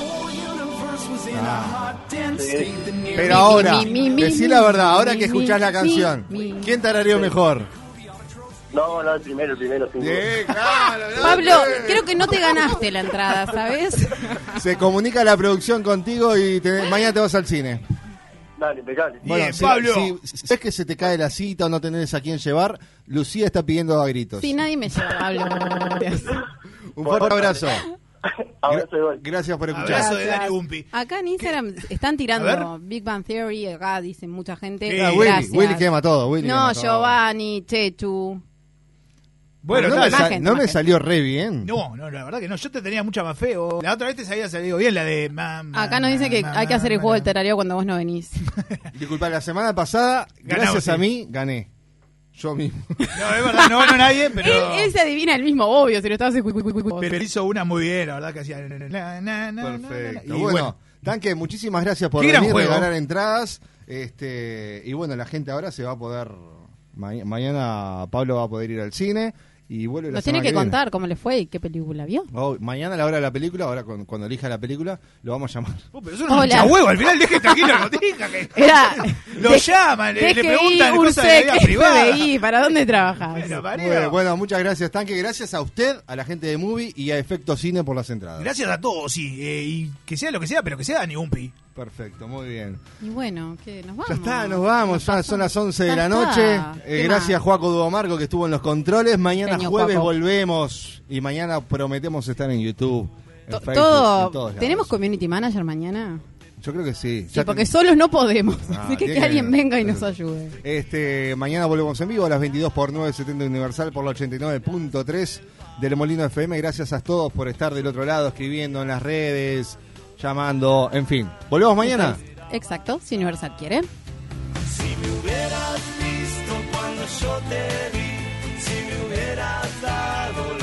Pero ahora, decí la verdad, ahora que escuchás la canción, ¿quién tarareó mejor? No, el primero. Sin duda. Claro, Pablo, creo que no te ganaste la entrada, ¿sabes? Se comunica la producción contigo y mañana te vas al cine. Dale, impecable. Bueno, Bien, Pablo. Si ves que se te cae la cita o no tenés a quién llevar, Lucía está pidiendo a gritos. Sí, nadie me lleva, Pablo. Un fuerte abrazo. Abrazo de gol. Gracias por escuchar. Abrazo de Dani Gumpi. Acá en Instagram están A tirando Big Bang Theory, acá dicen mucha gente. Sí. Gracias. Willy quema todo. No, quema todo. Giovanni, Chechu. Bueno, no me salió re bien. No, la verdad que no. Yo te tenía mucha más feo. La otra vez te había salido bien la de... Acá nos dice que hay que hacer el juego del terareo cuando vos no venís. Disculpa, la semana pasada, gracias a mí, gané. Yo mismo. No, es verdad, no ganó nadie, pero... Él se adivina el mismo, obvio, si lo estabas... Pero hizo una muy bien, la verdad que hacía... Perfecto. Y bueno, Tanque, muchísimas gracias por Qué gran venir, juego. regalar entradas. Y bueno, la gente ahora se va a poder... Mañana Pablo va a poder ir al cine. Y vuelve la Nos tiene semana que viene. contar cómo le fue y qué película vio. Mañana a la hora de la película, ahora cuando elija la película, lo vamos a llamar. Pero eso no es un huevo, al final deje tranquilo la noticia. Lo llaman, le preguntan cosas de la vida privada. FBI, ¿para dónde trabajas? Bueno, muchas gracias, Tanque. Gracias a usted, a la gente de Movie y a Efecto Cine por las entradas. Gracias a todos, sí. Y que sea lo que sea, pero que sea Dani Gumpi. Perfecto, muy bien. Y bueno, ¿qué? ¿Nos vamos? Ya está, nos vamos. Ya son las 11 de Ya la está. noche. ¿Qué Gracias, más? Juaco Duomarco, que estuvo en los controles. Mañana Genio, jueves Juaco. volvemos. Y mañana prometemos estar en YouTube, en Facebook, en Todo. todos lados. ¿Tenemos community manager mañana? Yo creo que sí. Sí, porque solos no podemos. Así que tiene alguien que- venga y nos ayude. Mañana volvemos en vivo a las 22 por 970 Universal por la 89.3 del Molino FM. Gracias a todos por estar del otro lado, escribiendo en las redes, llamando, en fin. ¿Volvemos mañana? Exacto, si Universal quiere. Si me hubieras visto cuando yo te vi, si me hubieras dado